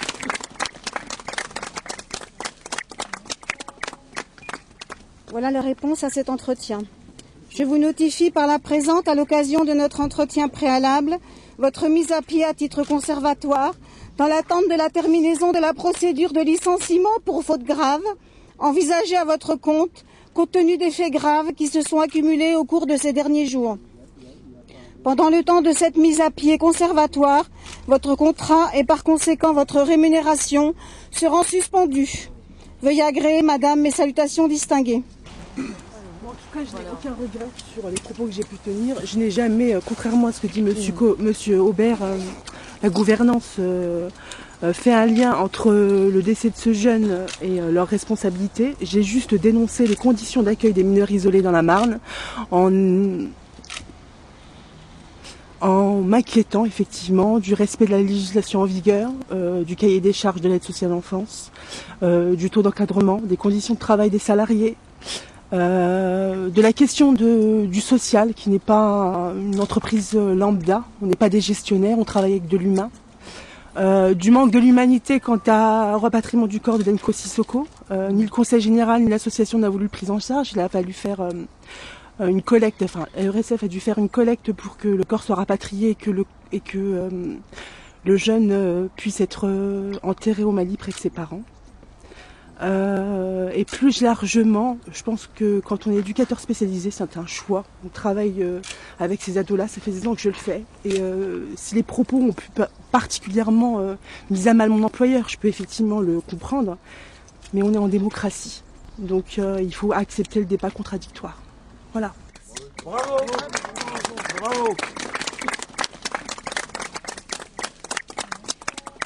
Voilà la réponse à cet entretien. Je vous notifie par la présente, à l'occasion de notre entretien préalable, votre mise à pied à titre conservatoire, dans l'attente de la terminaison de la procédure de licenciement pour faute grave, envisagée à votre compte, compte tenu des faits graves qui se sont accumulés au cours de ces derniers jours. Pendant le temps de cette mise à pied conservatoire, votre contrat et par conséquent votre rémunération seront suspendus. Veuillez agréer, madame, mes salutations distinguées. En tout cas, je n'ai aucun regret sur les propos que j'ai pu tenir. Je n'ai jamais, euh, contrairement à ce que dit monsieur, Co, monsieur Aubert, euh, la gouvernance euh, euh, fait un lien entre euh, le décès de ce jeune et euh, leur responsabilité. J'ai juste dénoncé les conditions d'accueil des mineurs isolés dans la Marne en, en m'inquiétant effectivement du respect de la législation en vigueur, euh, du cahier des charges de l'aide sociale à l'enfance, euh, du taux d'encadrement, des conditions de travail des salariés. Euh, de la question de, du social, qui n'est pas une entreprise lambda, on n'est pas des gestionnaires, on travaille avec de l'humain. Euh, du manque de l'humanité quant à repatriement du corps de Denko Sissoko. Euh, ni le Conseil général ni l'association n'a voulu le prise en charge. Il a fallu faire euh, une collecte, enfin R S F a dû faire une collecte pour que le corps soit rapatrié et que le, et que, euh, le jeune euh, puisse être euh, enterré au Mali près de ses parents. Euh, et plus largement, je pense que quand on est éducateur spécialisé, c'est un choix. On travaille euh, avec ces ados-là, ça fait des ans que je le fais. Et euh, si les propos ont pu particulièrement euh, mis à mal mon employeur, je peux effectivement le comprendre. Mais on est en démocratie, donc euh, il faut accepter le débat contradictoire. Voilà. Bravo, bravo.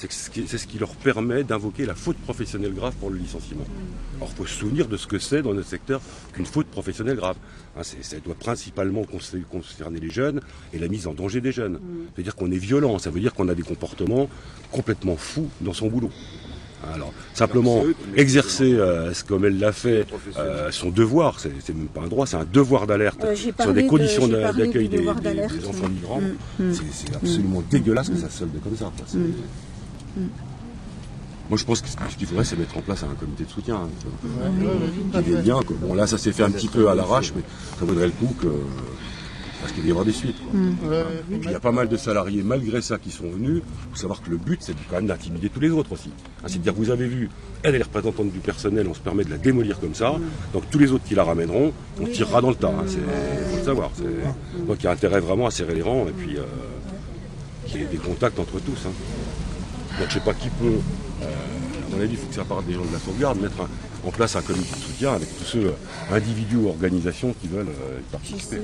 C'est ce qui, c'est ce qui leur permet d'invoquer la faute professionnelle grave pour le licenciement. Alors il faut se souvenir de ce que c'est dans notre secteur qu'une faute professionnelle grave. Hein, c'est, ça doit principalement concerner les jeunes et la mise en danger des jeunes. C'est-à-dire qu'on est violent, ça veut dire qu'on a des comportements complètement fous dans son boulot. Alors, simplement exercer, euh, comme elle l'a fait, euh, son devoir, c'est, c'est même pas un droit, c'est un devoir d'alerte euh, sur des conditions de, d'accueil des, des, des enfants migrants. Mmh, mmh, c'est, c'est absolument mmh, dégueulasse mmh, que ça se solde comme ça. Quoi. C'est... Mmh. Moi, je pense que ce qu'il faudrait, c'est mettre en place un comité de soutien. Hein, qui est bien. Quoi. Bon, là, ça s'est fait un petit peu à l'arrache, mais ça vaudrait le coup que... Parce qu'il va y avoir des suites. Quoi. Mmh. Et puis il y a pas mal de salariés, malgré ça, qui sont venus. Il faut savoir que le but, c'est quand même d'intimider tous les autres aussi. Hein, c'est de dire, vous avez vu, elle est représentante du personnel, on se permet de la démolir comme ça. Donc tous les autres qui la ramèneront, on tirera dans le tas. Il hein, faut le savoir. C'est... Donc il y a intérêt vraiment à serrer les rangs et puis euh, qu'il y ait des contacts entre tous. Hein. Donc je sais pas qui peut, euh, à mon avis, il faut que ça parte des gens de la sauvegarde, mettre un, en place un comité de soutien avec tous ceux, euh, individus ou organisations qui veulent euh, y participer.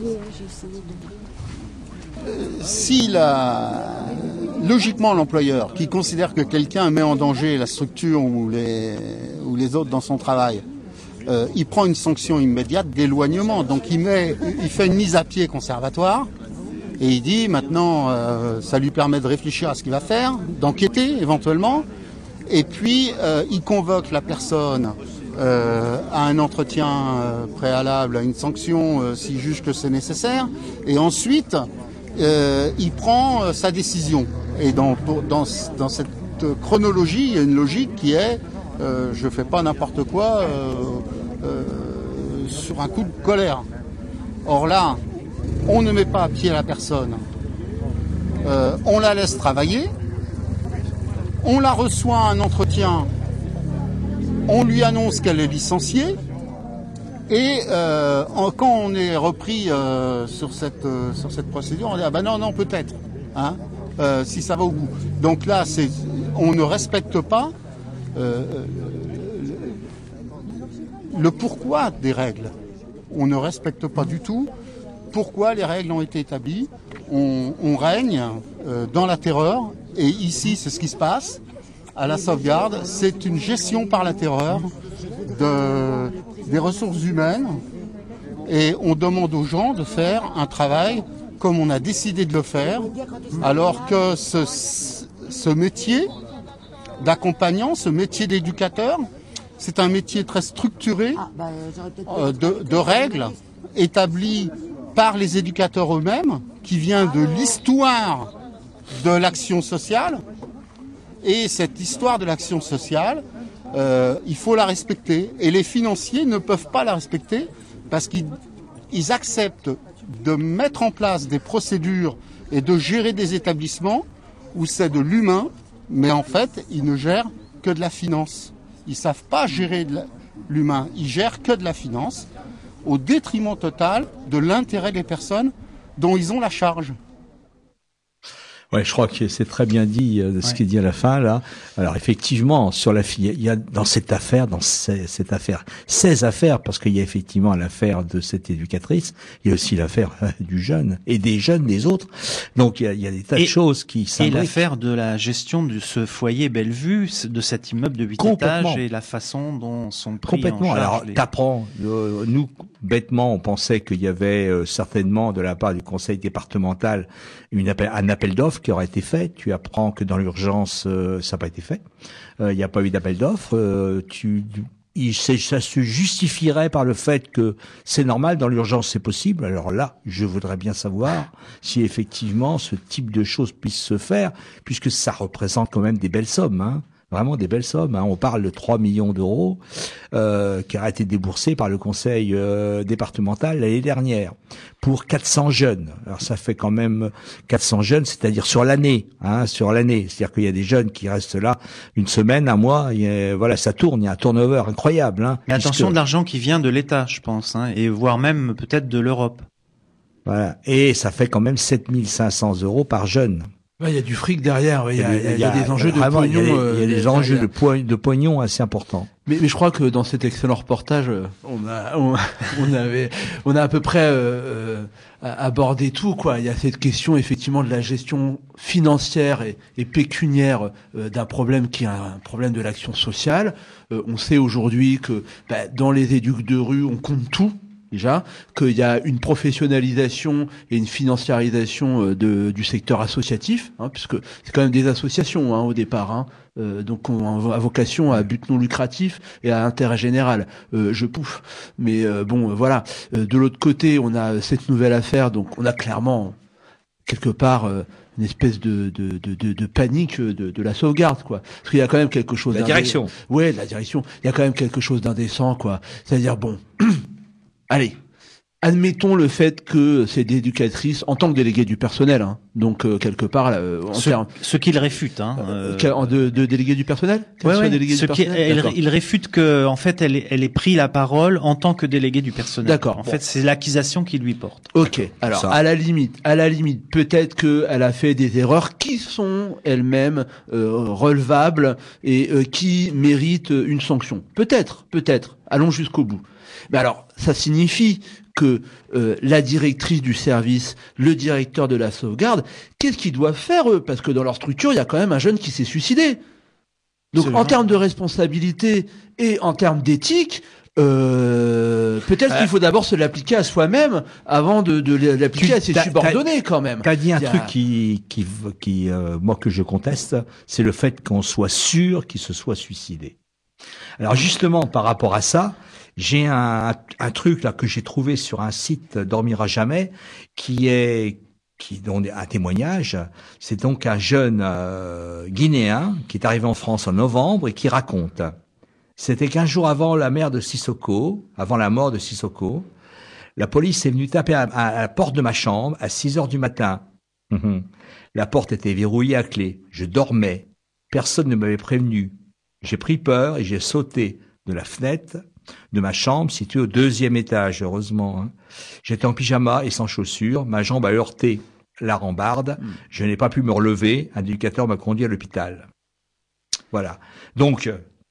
Euh, si la... logiquement l'employeur qui considère que quelqu'un met en danger la structure ou les, ou les autres dans son travail, euh, il prend une sanction immédiate d'éloignement. Donc il, met, il fait une mise à pied conservatoire et il dit maintenant euh, ça lui permet de réfléchir à ce qu'il va faire, d'enquêter éventuellement, et puis euh, il convoque la personne Euh, à un entretien euh, préalable, à une sanction euh, s'il juge que c'est nécessaire, et ensuite euh, il prend euh, sa décision. Et dans, pour, dans, dans cette chronologie, il y a une logique qui est euh, je fais pas n'importe quoi euh, euh, sur un coup de colère. Or là, on ne met pas à pied la personne, euh, on la laisse travailler, on la reçoit à un entretien. On lui annonce qu'elle est licenciée et euh, en, quand on est repris euh, sur, cette, euh, sur cette procédure, on dit ah ben non, non, peut-être, hein, euh, si ça va au bout. Donc là, c'est, on ne respecte pas euh, le, le pourquoi des règles. On ne respecte pas du tout pourquoi les règles ont été établies. On, on règne euh, dans la terreur et ici, c'est ce qui se passe. À la sauvegarde, c'est une gestion par la terreur de, des ressources humaines et on demande aux gens de faire un travail comme on a décidé de le faire, alors que ce, ce métier d'accompagnant, ce métier d'éducateur, c'est un métier très structuré euh, de, de règles établies par les éducateurs eux-mêmes, qui vient de l'histoire de l'action sociale. Et cette histoire de l'action sociale, euh, il faut la respecter. Et les financiers ne peuvent pas la respecter parce qu'ils ils acceptent de mettre en place des procédures et de gérer des établissements où c'est de l'humain, mais en fait, ils ne gèrent que de la finance. Ils ne savent pas gérer de la, l'humain, ils gèrent que de la finance, au détriment total de l'intérêt des personnes dont ils ont la charge. Ouais, je crois que c'est très bien dit euh, ce ouais. qui est dit à la fin là. Alors effectivement, sur la fille, il y a dans cette affaire, dans ces, cette affaire, ces affaires, parce qu'il y a effectivement l'affaire de cette éducatrice, il y a aussi l'affaire euh, du jeune et des jeunes des autres. Donc il y a, il y a des tas et, de choses qui s'imbriquent. Et l'affaire de la gestion de ce foyer Bellevue, de cet immeuble de huit étages et la façon dont sont pris complètement. en charge. Alors les... t'apprends, euh, nous bêtement, on pensait qu'il y avait euh, certainement de la part du conseil départemental une appel, un appel d'offres qui aurait été fait. Tu apprends que dans l'urgence, euh, ça n'a pas été fait. Il euh, n'y a pas eu d'appel d'offres. Euh, tu, il, ça se justifierait par le fait que c'est normal, dans l'urgence c'est possible. Alors là, je voudrais bien savoir si effectivement ce type de choses puisse se faire, puisque ça représente quand même des belles sommes, hein. Vraiment des belles sommes, hein. On parle de trois millions d'euros euh, qui a été déboursé par le conseil euh, départemental l'année dernière pour quatre cents jeunes. Alors ça fait quand même quatre cents jeunes, c'est-à-dire sur l'année, hein, sur l'année. C'est-à-dire qu'il y a des jeunes qui restent là une semaine, un mois, et, voilà, ça tourne, il y a un turnover incroyable. Hein, Mais attention, puisque... de l'argent qui vient de l'État, je pense, hein, et voire même peut-être de l'Europe. Voilà, et ça fait quand même sept mille cinq cents euros par jeune. Ouais, il y a du fric derrière, ouais, il y, a, il y, a, il y a des enjeux de pognon. Il y a, il y a des euh, enjeux de, po de pognon assez importants. Mais, mais je crois que dans cet excellent reportage, on a, on, on avait, on a à peu près euh, abordé tout, quoi. Il y a cette question effectivement de la gestion financière et, et pécuniaire euh, d'un problème qui est un problème de l'action sociale. Euh, on sait aujourd'hui que bah, dans les éducs de rue, on compte tout. Déjà, qu'il y a une professionnalisation et une financiarisation de, du secteur associatif, hein, puisque c'est quand même des associations hein, au départ, hein, euh, donc on a vocation à but non lucratif et à intérêt général. Euh, je pouffe, mais euh, bon, euh, voilà. Euh, de l'autre côté, on a cette nouvelle affaire, donc on a clairement quelque part euh, une espèce de, de, de, de, de panique de, de la sauvegarde, quoi. Parce qu'il y a quand même quelque chose. La direction. Ouais, la direction. Il y a quand même quelque chose d'indécent, quoi. C'est-à-dire bon. Allez, admettons le fait que c'est des éducatrices en tant que déléguées du personnel, hein. Donc euh, quelque part, euh, en ce, termes, ce qu'il réfute, hein, euh, euh, de, de délégués du personnel. Ouais, ouais, délégués ce du qui, personnel elle, il réfute que, en fait, elle, elle ait pris la parole en tant que déléguée du personnel. D'accord. En bon. fait, c'est l'accusation qui lui porte. Ok. Alors, Ça. à la limite, à la limite, peut-être que elle a fait des erreurs qui sont elles-mêmes euh, relevables et euh, qui méritent une sanction. Peut-être, peut-être. Allons jusqu'au bout. Mais alors, ça signifie que euh, la directrice du service, le directeur de la sauvegarde, qu'est-ce qu'ils doivent faire eux? Parce que dans leur structure, il y a quand même un jeune qui s'est suicidé. Donc, en termes de responsabilité et en termes d'éthique, euh, peut-être euh, qu'il faut d'abord se l'appliquer à soi-même avant de, de l'appliquer à ses subordonnés, quand même. T'as dit un a... truc qui, qui, qui euh, moi que je conteste, c'est le fait qu'on soit sûr qu'il se soit suicidé. Alors justement, par rapport à ça, j'ai un, un truc là que j'ai trouvé sur un site Dormir à jamais, qui est qui donne un témoignage. C'est donc un jeune euh, Guinéen qui est arrivé en France en novembre et qui raconte. C'était quinze jours avant la mère de Sissoko, avant la mort de Sissoko. La police est venue taper à, à, à la porte de ma chambre à six heures du matin. La porte était verrouillée à clé. Je dormais. Personne ne m'avait prévenu. J'ai pris peur et j'ai sauté de la fenêtre de ma chambre située au deuxième étage, heureusement. Hein. J'étais en pyjama et sans chaussures. Ma jambe a heurté la rambarde. Mm. Je n'ai pas pu me relever. Un éducateur m'a conduit à l'hôpital. Voilà. Donc,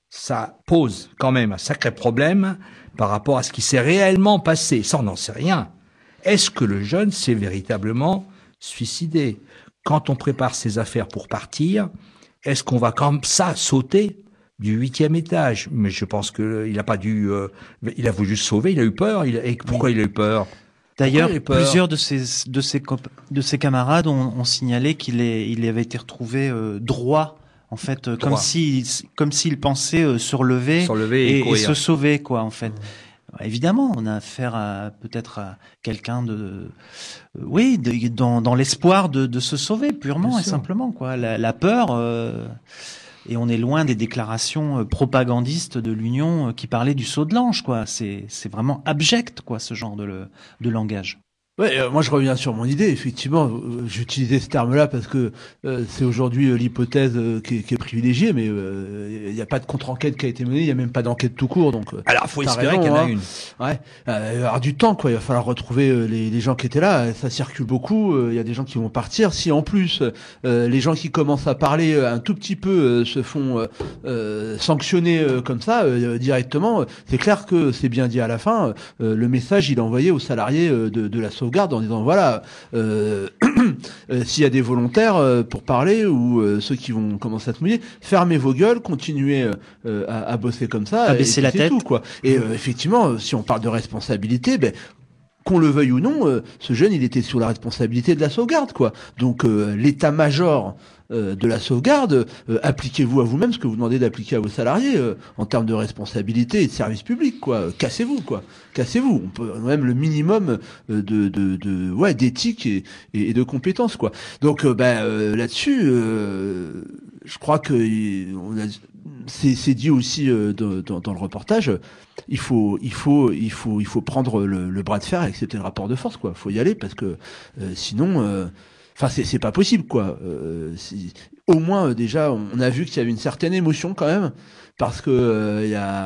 ça pose quand même un sacré problème par rapport à ce qui s'est réellement passé. Ça, on n'en sait rien. Est-ce que le jeune s'est véritablement suicidé? Quand on prépare ses affaires pour partir, est-ce qu'on va comme ça sauter du huitième étage? Mais je pense que il a pas dû, euh, il a voulu juste sauver, il a eu peur. Il a, et pourquoi oui. il a eu peur? D'ailleurs, plusieurs de ses de ses de ses camarades ont, ont signalé qu'il est il avait été retrouvé euh, droit, en fait, droit. comme si comme s'il pensait euh, se relever, se relever et, et, et se sauver, quoi, en fait. Mmh. Évidemment, on a affaire à peut-être à quelqu'un de, euh, oui, de, dans dans l'espoir de de se sauver purement Bien et sûr. simplement, quoi. La, la peur. Euh, Et on est loin des déclarations propagandistes de l'Union qui parlaient du saut de l'ange, quoi. C'est, c'est vraiment abject, quoi, ce genre de, le, de langage. Ouais, euh, moi je reviens sur mon idée. Effectivement, euh, j'utilisais ce terme-là parce que euh, c'est aujourd'hui euh, l'hypothèse euh, qui, est, qui est privilégiée, mais il euh, n'y a pas de contre-enquête qui a été menée, il n'y a même pas d'enquête tout court. Donc, euh, alors, faut espérer qu'il y en a hein. une. Ouais, euh, il va y avoir du temps, quoi. Il va falloir retrouver euh, les, les gens qui étaient là. Ça circule beaucoup. Il euh, y a des gens qui vont partir. Si en plus euh, les gens qui commencent à parler euh, un tout petit peu euh, se font euh, euh, sanctionner euh, comme ça euh, directement, c'est clair que c'est bien dit à la fin. Euh, le message il est envoyé aux salariés euh, de, de la sauvegarde en disant voilà euh, euh, s'il y a des volontaires euh, pour parler ou euh, ceux qui vont commencer à se mouiller, fermez vos gueules, continuez euh, à, à bosser comme ça, à baisser la tête, tout, quoi. Et euh, effectivement, si on parle de responsabilité, ben qu'on le veuille ou non, euh, ce jeune il était sous la responsabilité de la sauvegarde, quoi. Donc euh, l'état-major euh, de la sauvegarde, euh, appliquez-vous à vous-même ce que vous demandez d'appliquer à vos salariés euh, en termes de responsabilité et de service public, quoi. Cassez-vous, quoi. Cassez-vous. On peut même le minimum euh, de, de, de, ouais, d'éthique et, et, et de compétences, quoi. Donc, euh, ben euh, là-dessus, euh, je crois que on a, c'est, c'est dit aussi euh, dans, dans, dans le reportage. Il faut, il faut, il faut, il faut prendre le, le bras de fer et accepter le rapport de force, quoi. Faut y aller parce que euh, sinon. Euh, Enfin, c'est, c'est pas possible, quoi. Euh, si, au moins, euh, déjà, on a vu qu'il y avait une certaine émotion quand même, parce que il euh, y a,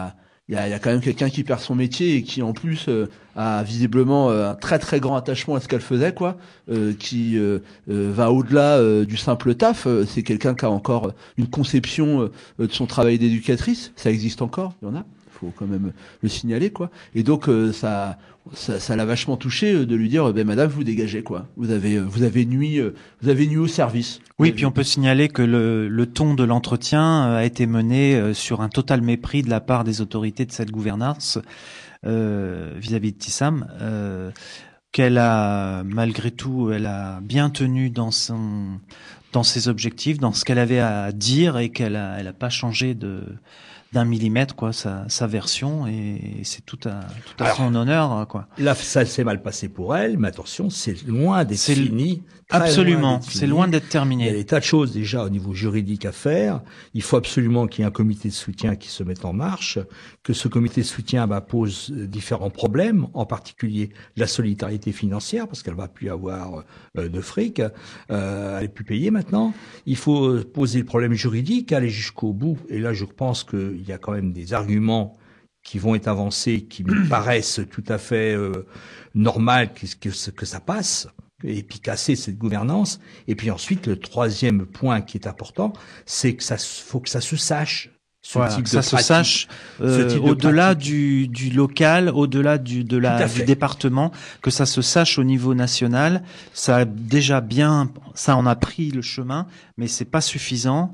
il y a, il y a quand même quelqu'un qui perd son métier et qui en plus euh, a visiblement euh, un très très grand attachement à ce qu'elle faisait, quoi, euh, qui euh, euh, va au-delà euh, du simple taf. Euh, c'est quelqu'un qui a encore une conception euh, de son travail d'éducatrice. Ça existe encore, il y en a. Faut quand même le signaler, quoi. Et donc euh, ça, ça, ça l'a vachement touché euh, de lui dire, ben madame, vous dégagez, quoi. Vous avez, euh, vous avez nuit, euh, vous avez nuit au service. Oui, puis on peut signaler que le, le ton de l'entretien euh, a été mené euh, sur un total mépris de la part des autorités de cette gouvernance euh, vis-à-vis de Tissam, euh, qu'elle a malgré tout, elle a bien tenu dans son, dans ses objectifs, dans ce qu'elle avait à dire, et qu'elle a, elle a pas changé de d'un millimètre, quoi, sa, sa version, et c'est tout à, tout à Alors, son honneur, quoi. Là, ça s'est mal passé pour elle, mais attention, c'est loin d'être C'est fini. Absolument, c'est loin d'être terminé. Il y a des tas de choses déjà au niveau juridique à faire. Il faut absolument qu'il y ait un comité de soutien qui se mette en marche, que ce comité de soutien bah, pose différents problèmes, en particulier la solidarité financière, parce qu'elle va plus avoir euh, de fric, euh, elle est plus payée maintenant. Il faut poser le problème juridique, aller jusqu'au bout, et là je pense qu'il y a quand même des arguments qui vont être avancés, qui me paraissent tout à fait euh, normal que, que, que ça passe, et puis casser cette gouvernance. Et puis ensuite, le troisième point qui est important, c'est que ça faut que ça se sache. Ce Voilà, type que de ça se pratique, sache euh, ce type de au-delà pratique. du, du local, au-delà du, de Tout à la, fait. du département, que ça se sache au niveau national. Ça a déjà bien, ça en a pris le chemin, mais c'est pas suffisant.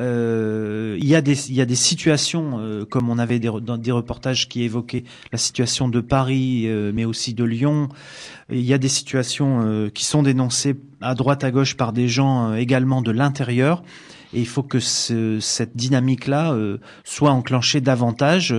Euh, il y a des, il y a des situations, euh, comme on avait des, dans des reportages qui évoquaient la situation de Paris, euh, mais aussi de Lyon. Il y a des situations euh, qui sont dénoncées à droite à gauche par des gens euh, également de l'intérieur. Et il faut que ce, cette dynamique-là euh, soit enclenchée davantage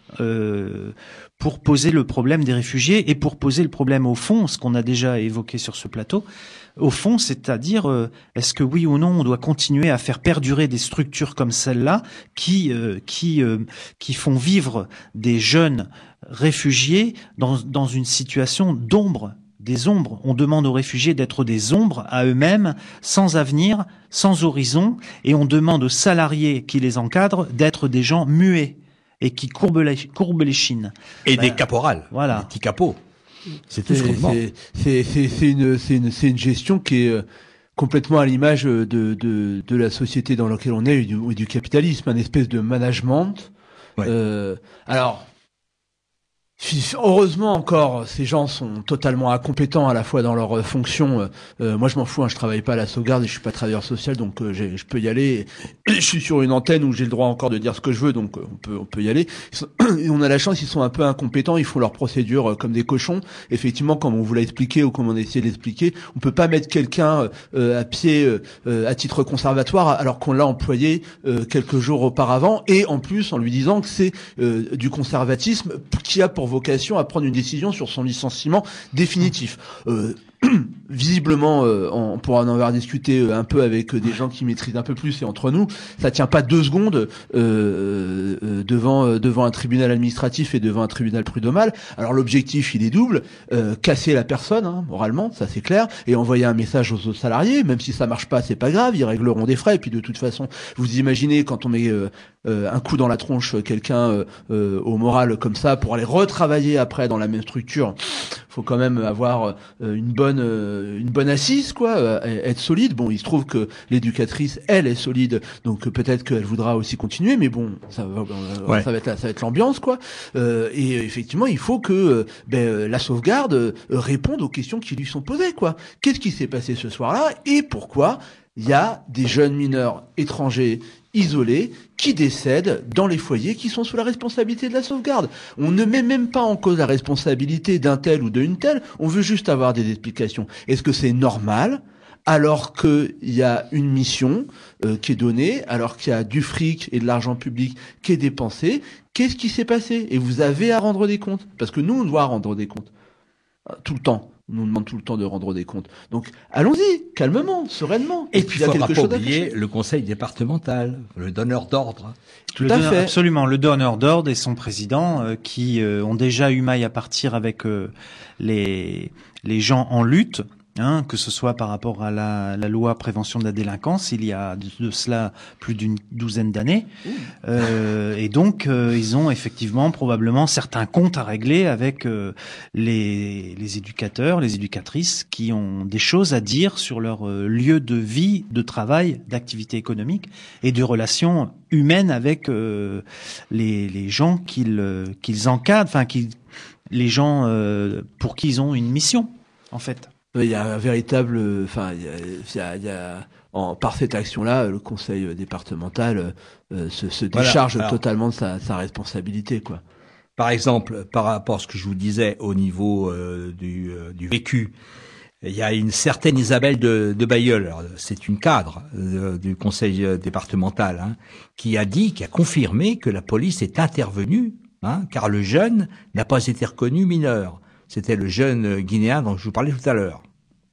euh, pour poser le problème des réfugiés et pour poser le problème au fond, ce qu'on a déjà évoqué sur ce plateau. Au fond, c'est-à-dire, euh, est-ce que oui ou non, on doit continuer à faire perdurer des structures comme celle-là qui euh, qui euh, qui font vivre des jeunes réfugiés dans dans une situation d'ombre. Des ombres. On demande aux réfugiés d'être des ombres à eux-mêmes, sans avenir, sans horizon, et on demande aux salariés qui les encadrent d'être des gens muets et qui courbent les, courbent les chines. Et Ben, des caporales, voilà. des petits capots. C'est tout ce qu'on C'est- demande. c'est- c'est- c'est une, c'est une, c'est une gestion qui est euh, complètement à l'image de, de, de la société dans laquelle on est et du, et du capitalisme, un espèce de management. Ouais. Euh, alors, fi- heureusement encore, ces gens sont totalement incompétents à la fois dans leur euh, fonction. Euh, moi, je m'en fous, hein, je travaille pas à la sauvegarde et je suis pas travailleur social, donc euh, j'ai- je peux y aller. Et je suis sur une antenne où j'ai le droit encore de dire ce que je veux, donc euh, on peut, on peut y aller. Ils sont- et on a la chance, ils sont un peu incompétents, ils font leurs procédures euh, comme des cochons. Effectivement, comme on vous l'a expliqué ou comme on a essayé de l'expliquer, on peut pas mettre quelqu'un euh, à pied euh, euh, à titre conservatoire alors qu'on l'a employé euh, quelques jours auparavant, et en plus en lui disant que c'est euh, du conservatisme qui a pour vocation à prendre une décision sur son licenciement définitif. Euh, visiblement, euh, on pourra en avoir discuté euh, un peu avec euh, des gens qui maîtrisent un peu plus et entre nous, ça tient pas deux secondes euh, euh, devant euh, devant un tribunal administratif et devant un tribunal prud'homal. Alors l'objectif, il est double, euh, casser la personne, hein, moralement, ça c'est clair, et envoyer un message aux autres salariés, même si ça marche pas, c'est pas grave, ils régleront des frais, et puis de toute façon, vous imaginez quand on met euh, euh, un coup dans la tronche quelqu'un euh, euh, au moral comme ça pour aller retravailler après dans la même structure, faut quand même avoir euh, une bonne euh, une bonne assise, quoi, euh, être solide. Bon, il se trouve que l'éducatrice, elle, est solide, donc euh, peut-être qu'elle voudra aussi continuer, mais bon, ça va, euh, Ouais. ça va être la- ça va être l'ambiance, quoi. Euh, et effectivement, il faut que euh, ben, euh, la sauvegarde euh, réponde aux questions qui lui sont posées, quoi. Qu'est-ce qui s'est passé ce soir-là et pourquoi il y a des jeunes mineurs étrangers isolés qui décèdent dans les foyers qui sont sous la responsabilité de la sauvegarde. On ne met même pas en cause la responsabilité d'un tel ou d'une telle, on veut juste avoir des explications. Est-ce que c'est normal alors qu'il y a une mission euh, qui est donnée, alors qu'il y a du fric et de l'argent public qui est dépensé? Qu'est-ce qui s'est passé? Et vous avez à rendre des comptes, parce que nous, on doit rendre des comptes. Tout le temps. On nous demande tout le temps de rendre des comptes. Donc, allons-y, calmement, sereinement. Et puis, il y il a ne faudra quelque pas chose à oublier cacher. le conseil départemental, le donneur d'ordre. Tout Le à donneur- fait. Absolument. Le donneur d'ordre et son président euh, qui euh, ont déjà eu maille à partir avec euh, les les gens en lutte Hein, que ce soit par rapport à la, la loi prévention de la délinquance, il y a de, de cela plus d'une douzaine d'années. Euh, et donc, euh, ils ont effectivement probablement certains comptes à régler avec euh, les, les éducateurs, les éducatrices qui ont des choses à dire sur leur euh, lieu de vie, de travail, d'activité économique et de relations humaines avec euh, les, les gens qu'ils euh, qu'ils encadrent, enfin, qu'ils, les gens euh, pour qui ils ont une mission, en fait. Il y a un véritable, enfin, il y a, il y a, il y a en, par cette action-là, le conseil départemental euh, se, se décharge voilà, alors, totalement de sa, sa responsabilité, quoi. Par exemple, par rapport à ce que je vous disais au niveau euh, du, euh, du vécu, il y a une certaine Isabelle de, de Bailleul, alors, c'est une cadre euh, du conseil départemental, hein, qui a dit, qui a confirmé que la police est intervenue, hein, car le jeune n'a pas été reconnu mineur. C'était le jeune Guinéen dont je vous parlais tout à l'heure.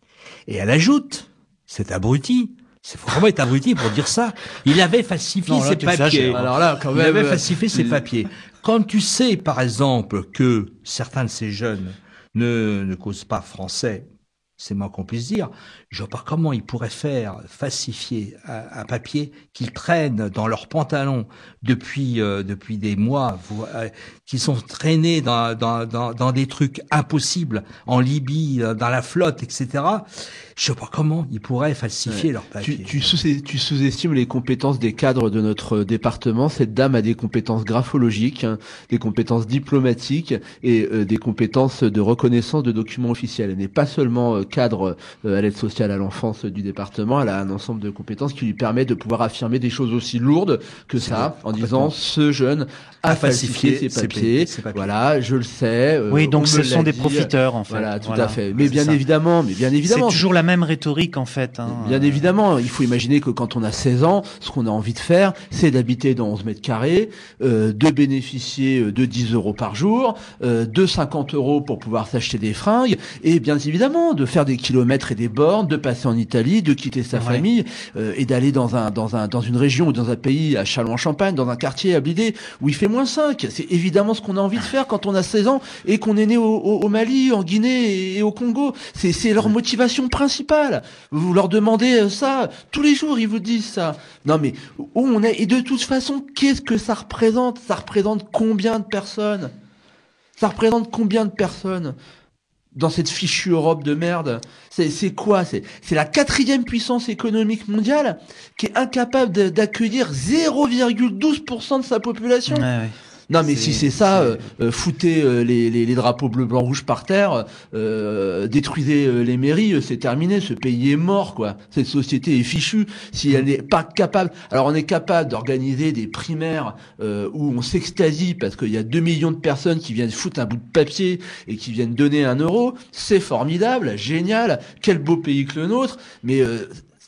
Et elle ajoute, cet abruti, c'est faut vraiment être abruti pour dire ça, il avait falsifié non, là, ses papiers. Alors là, quand même, il avait euh, falsifié ses il... papiers. Quand tu sais, par exemple, que certains de ces jeunes ne, ne causent pas français, c'est moins qu'on puisse dire, je vois pas comment ils pourraient faire falsifier un, un papier qu'ils traînent dans leurs pantalons depuis euh, depuis des mois, vous, euh, qui sont traînés dans, dans dans dans des trucs impossibles en Libye, dans la flotte, et cetera. Je sais pas comment ils pourraient falsifier ouais. leurs papiers. Tu, tu, sous, tu sous-estimes les compétences des cadres de notre département. Cette dame a des compétences graphologiques, hein, des compétences diplomatiques et euh, des compétences de reconnaissance de documents officiels. Elle n'est pas seulement euh, cadre euh, à l'aide sociale à l'enfance du département, elle a un ensemble de compétences qui lui permet de pouvoir affirmer des choses aussi lourdes que c'est ça, en disant ce jeune a falsifié, falsifié ses papiers, ses papiers. Voilà, je le sais. Euh, oui, donc ce sont des dit. profiteurs en fait. Voilà, tout voilà. à fait. Mais bien ça. évidemment, mais bien évidemment. C'est toujours la même rhétorique en fait. Hein. Bien évidemment, il faut imaginer que quand on a seize ans, ce qu'on a envie de faire, c'est d'habiter dans onze mètres carrés, euh, de bénéficier de dix euros par jour, euh, de cinquante euros pour pouvoir s'acheter des fringues, et bien évidemment de faire des kilomètres et des bornes, de passer en Italie, de quitter sa ouais. famille euh, et d'aller dans un dans un dans une région ou dans un pays, à Châlons-en-Champagne, dans un quartier à Blidé où il fait moins cinq. C'est évidemment ce qu'on a envie de faire quand on a seize ans et qu'on est né au, au, au Mali, en Guinée et au Congo. C'est c'est leur motivation principale. Vous leur demandez ça tous les jours, ils vous disent ça. Non mais où on est, et de toute façon, qu'est-ce que ça représente? Ça représente combien de personnes? Ça représente combien de personnes dans cette fichue Europe de merde? C'est, c'est quoi? C'est, c'est la quatrième puissance économique mondiale qui est incapable de, d'accueillir zéro virgule douze pour cent de sa population. Ouais, ouais. Non mais c'est, si c'est ça, c'est... Euh, foutez euh, les, les, les drapeaux bleu, blanc, rouge par terre, euh, détruisez euh, les mairies, euh, c'est terminé, ce pays est mort quoi. Cette société est fichue si elle n'est pas capable. Alors on est capable d'organiser des primaires euh, où on s'extasie parce qu'il y a deux millions de personnes qui viennent foutre un bout de papier et qui viennent donner un euro. C'est formidable, génial, quel beau pays que le nôtre, mais euh,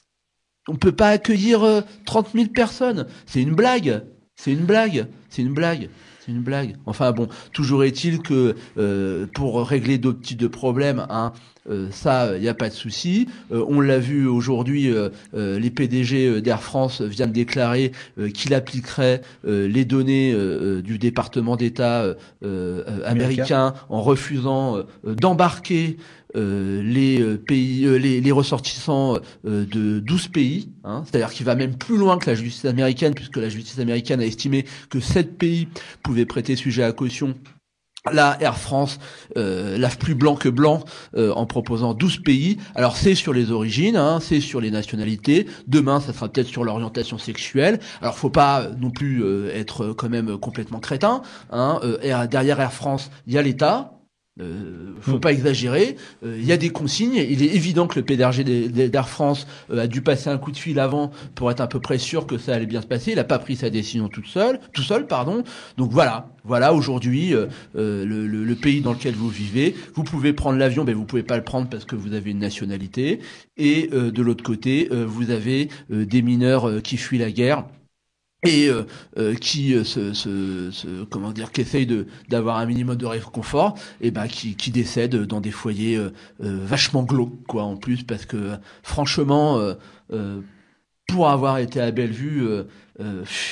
on peut pas accueillir euh, trente mille personnes. C'est une blague, c'est une blague, c'est une blague. C'est une blague. Enfin bon, toujours est-il que euh, pour régler d'autres types de problèmes, hein, euh, ça, il n'y a pas de souci. Euh, on l'a vu aujourd'hui, euh, euh, les P D G d'Air France viennent de déclarer euh, qu'il appliquerait euh, les données euh, du département d'État euh, euh, américain en refusant euh, d'embarquer Euh, les euh, pays, euh, les, les ressortissants euh, de douze pays, hein, c'est-à-dire qu'il va même plus loin que la justice américaine, puisque la justice américaine a estimé que sept pays pouvaient prêter sujet à caution. Là, Air France euh, lave plus blanc que blanc euh, en proposant douze pays. Alors c'est sur les origines, hein, c'est sur les nationalités. Demain, ça sera peut-être sur l'orientation sexuelle. Alors faut pas non plus euh, être quand même complètement crétin. Hein. Euh, Air, derrière Air France, il y a l'État. Euh, faut pas exagérer. Il euh, y a des consignes. Il est évident que le P D G d'Air France euh, a dû passer un coup de fil avant pour être à peu près sûr que ça allait bien se passer. Il a pas pris sa décision toute seule, tout seul, pardon. Donc voilà, voilà aujourd'hui euh, euh, le, le, le pays dans lequel vous vivez. Vous pouvez prendre l'avion, mais vous pouvez pas le prendre parce que vous avez une nationalité. Et euh, de l'autre côté, euh, vous avez euh, des mineurs euh, qui fuient la guerre. Et euh, euh, qui euh, se, se, se comment dire qui essayent de d'avoir un minimum de réconfort, et ben qui qui décèdent dans des foyers euh, euh, vachement glauques quoi en plus, parce que franchement euh, euh, pour avoir été à Bellevue, euh, euh,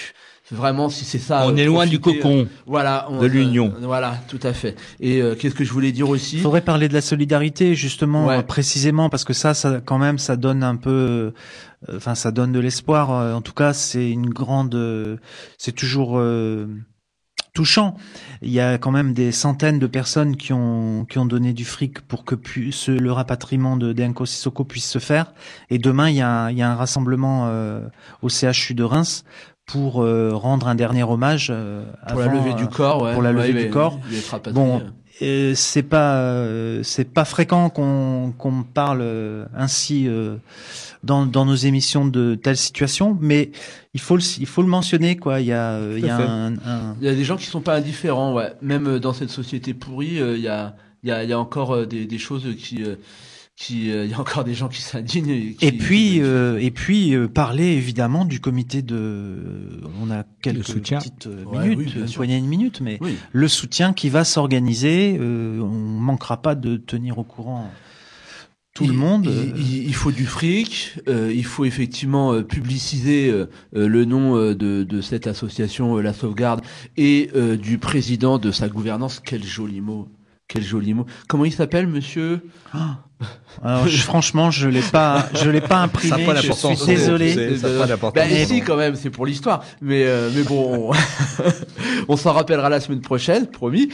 vraiment si c'est ça. On euh, est loin du profiter, cocon euh, voilà, on- de l'Union. euh, voilà, tout à fait. Et euh, qu'est-ce que je voulais dire aussi? Il faudrait parler de la solidarité justement Ouais. euh, précisément parce que ça, ça quand même, ça donne un peu, euh, enfin, ça donne de l'espoir. euh, En tout cas, c'est une grande, euh, c'est toujours euh, touchant. Il y a quand même des centaines de personnes qui ont qui ont donné du fric pour que puisse, le rapatriement de Denko Sissoko puisse se faire. Et demain, il y a, il y a un rassemblement euh, au C H U de Reims pour euh, rendre un dernier hommage euh, Pour la avant, levée du corps, ouais. pour la Ouais, levée il du va- corps. il va être rapatrié. Bon, euh, c'est pas euh, c'est pas fréquent qu'on qu'on parle euh, ainsi euh, dans dans nos émissions de telles situations, mais il faut le il faut le mentionner quoi. Il y a euh, il y a Tout à fait. un, un- Il y a des gens qui sont pas indifférents, ouais. Même euh, dans cette société pourrie, euh, il y a, il y a, il y a encore euh, des, des choses qui, euh, qui, euh, il y a encore des gens qui s'indignent. Et, qui- et puis euh, et puis euh, parler évidemment du comité de on a quelques soutien. petites euh, Ouais, minutes, oui, bien une sûr. poignée de minutes, mais Oui. le soutien qui va s'organiser, euh, on manquera pas de tenir au courant tout il, le monde. Il, il- il faut du fric, euh, il faut effectivement euh, publiciser euh, euh, le nom euh, de, de cette association, euh, La Sauvegarde, et euh, du président de sa gouvernance. Quel joli mot. Quel joli mot. Comment il s'appelle, monsieur? Alors, je- franchement, je l'ai pas, je l'ai pas imprimé. Ça a pas Je d'importance, suis désolé. c'est- ça a pas d'importance. Ben, si, quand même, c'est pour l'histoire. Mais, euh, mais bon, on, on s'en rappellera la semaine prochaine, promis.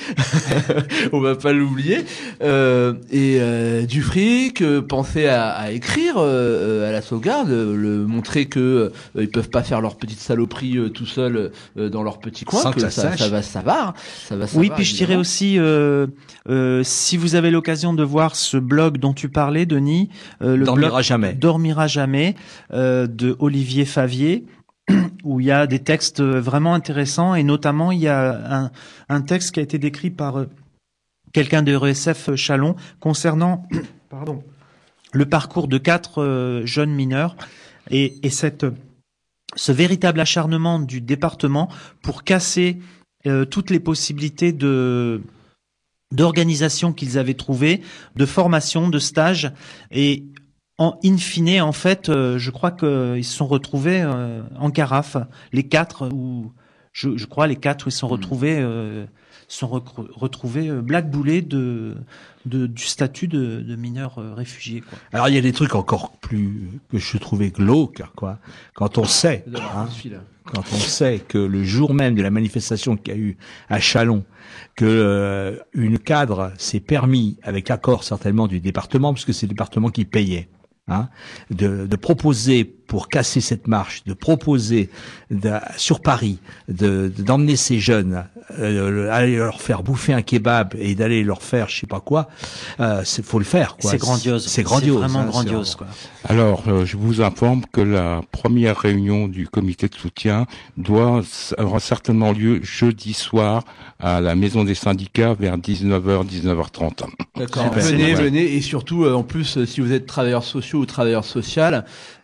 On va pas l'oublier. Euh, et euh, du fric, euh, penser à, à écrire euh, à la sauvegarde, euh, le montrer que euh, ils peuvent pas faire leur petite saloperie euh, tout seuls euh, dans leur petit coin, Sans que que ça ça, sache. ça va, ça va, ça va. Ça Oui, va, puis je dirais évidemment. aussi, euh, euh, si vous avez l'occasion de voir ce blog dont tu parlais, Denis, euh, le Dormira blog jamais. Dormira jamais euh, de Olivier Favier, où il y a des textes vraiment intéressants et notamment il y a un, un texte qui a été décrit par euh, quelqu'un de R E S F Chalon concernant, pardon, le parcours de quatre euh, jeunes mineurs et, et cette ce véritable acharnement du département pour casser euh, toutes les possibilités de d'organisation qu'ils avaient trouvées, de formation, de stage, et en in fine, en fait, euh, je crois qu'ils se sont retrouvés euh, en carafe, les quatre, ou je, je crois les quatre où ils se sont retrouvés, euh, sont recro- retrouvés euh, blackboulés de, de du statut de, de mineurs euh, réfugiés. Quoi. Alors il y a des trucs encore plus que je trouvais glauques, quoi. Quand on sait, De leur hein, coup de fil. quand on sait que le jour même de la manifestation qu'il y a eu à Châlons, que euh, une cadre s'est permis, avec l'accord certainement du département, puisque c'est le département qui payait, hein, de, de proposer, pour casser cette marche, de proposer de, sur Paris de de- d'emmener ces jeunes, euh, aller leur faire bouffer un kebab et d'aller leur faire je sais pas quoi, euh, c'est faut le faire, quoi. C'est grandiose. C'est grandiose. C'est vraiment hein, grandiose, c'est- quoi. Alors, euh, je vous informe que la première réunion du comité de soutien doit s- avoir certainement lieu jeudi soir à la maison des syndicats vers dix-neuf heures, dix-neuf heures trente. D'accord. Super. Venez, Ouais. venez, et surtout, euh, en plus, euh, si vous êtes travailleur social ou travailleur social,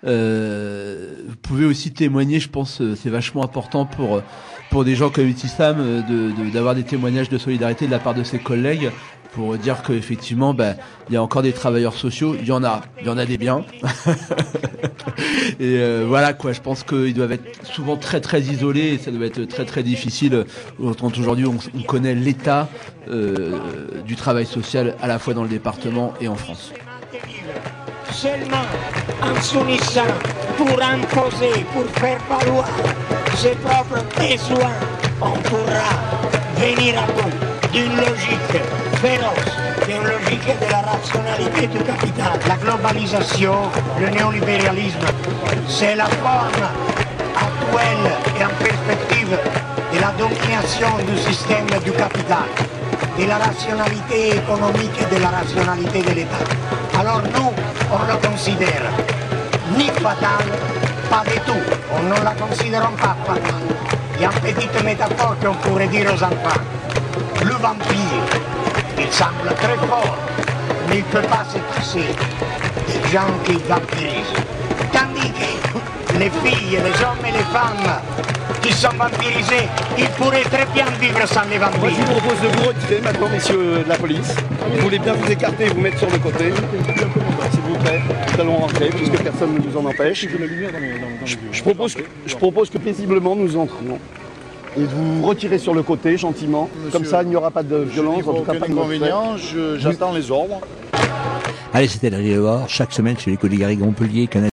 euh, vous pouvez aussi témoigner. Je pense, euh, c'est vachement important pour euh, pour des gens comme Itissam euh, de de- d'avoir des témoignages de solidarité de la part de ses collègues pour dire qu'effectivement, ben, il y a encore des travailleurs sociaux. Il y en a, il y en a des biens. Et euh, voilà quoi. Je pense qu'ils doivent être souvent très très isolés et ça doit être très très difficile. Quand aujourd'hui on, on connaît l'état euh, du travail social à la fois dans le département et en France. Seulement en s'unissant pour imposer, pour faire valoir ses propres besoins, on pourra venir à bout d'une logique féroce, d'une logique de la rationalité du capital. La globalisation, le néolibéralisme, c'est la forme actuelle et en perspective de la domination du système du capital, de la rationalité économique et de la rationalité de l'État. Alors nous, on le considère ni fatal, pas du tout. On ne la considère pas fatale. Il y a une petite métaphore qu'on pourrait dire aux enfants. Le vampire, il semble très fort, mais il ne peut pas se passer des gens qui vampirisent. Tandis que les filles, les hommes et les femmes qui sont vampirisés, ils pourraient très bien vivre sans les Moi, je vampires. vous propose de vous retirer maintenant, messieurs de la police. Vous voulez bien vous écarter et vous mettre sur le côté, s'il vous plaît. Nous allons rentrer, puisque personne ne nous en empêche. Je, je propose, que- je propose que paisiblement nous entrions. et de vous retirer sur le côté gentiment. Monsieur, Comme ça, il n'y aura pas de violence, je n'y en tout vois cas pas aucun de mauvaise inconvénient, fête. je- j'attends les ordres. Allez, c'était la Rive chaque semaine chez les collègues Garrigues Montpellier, Canal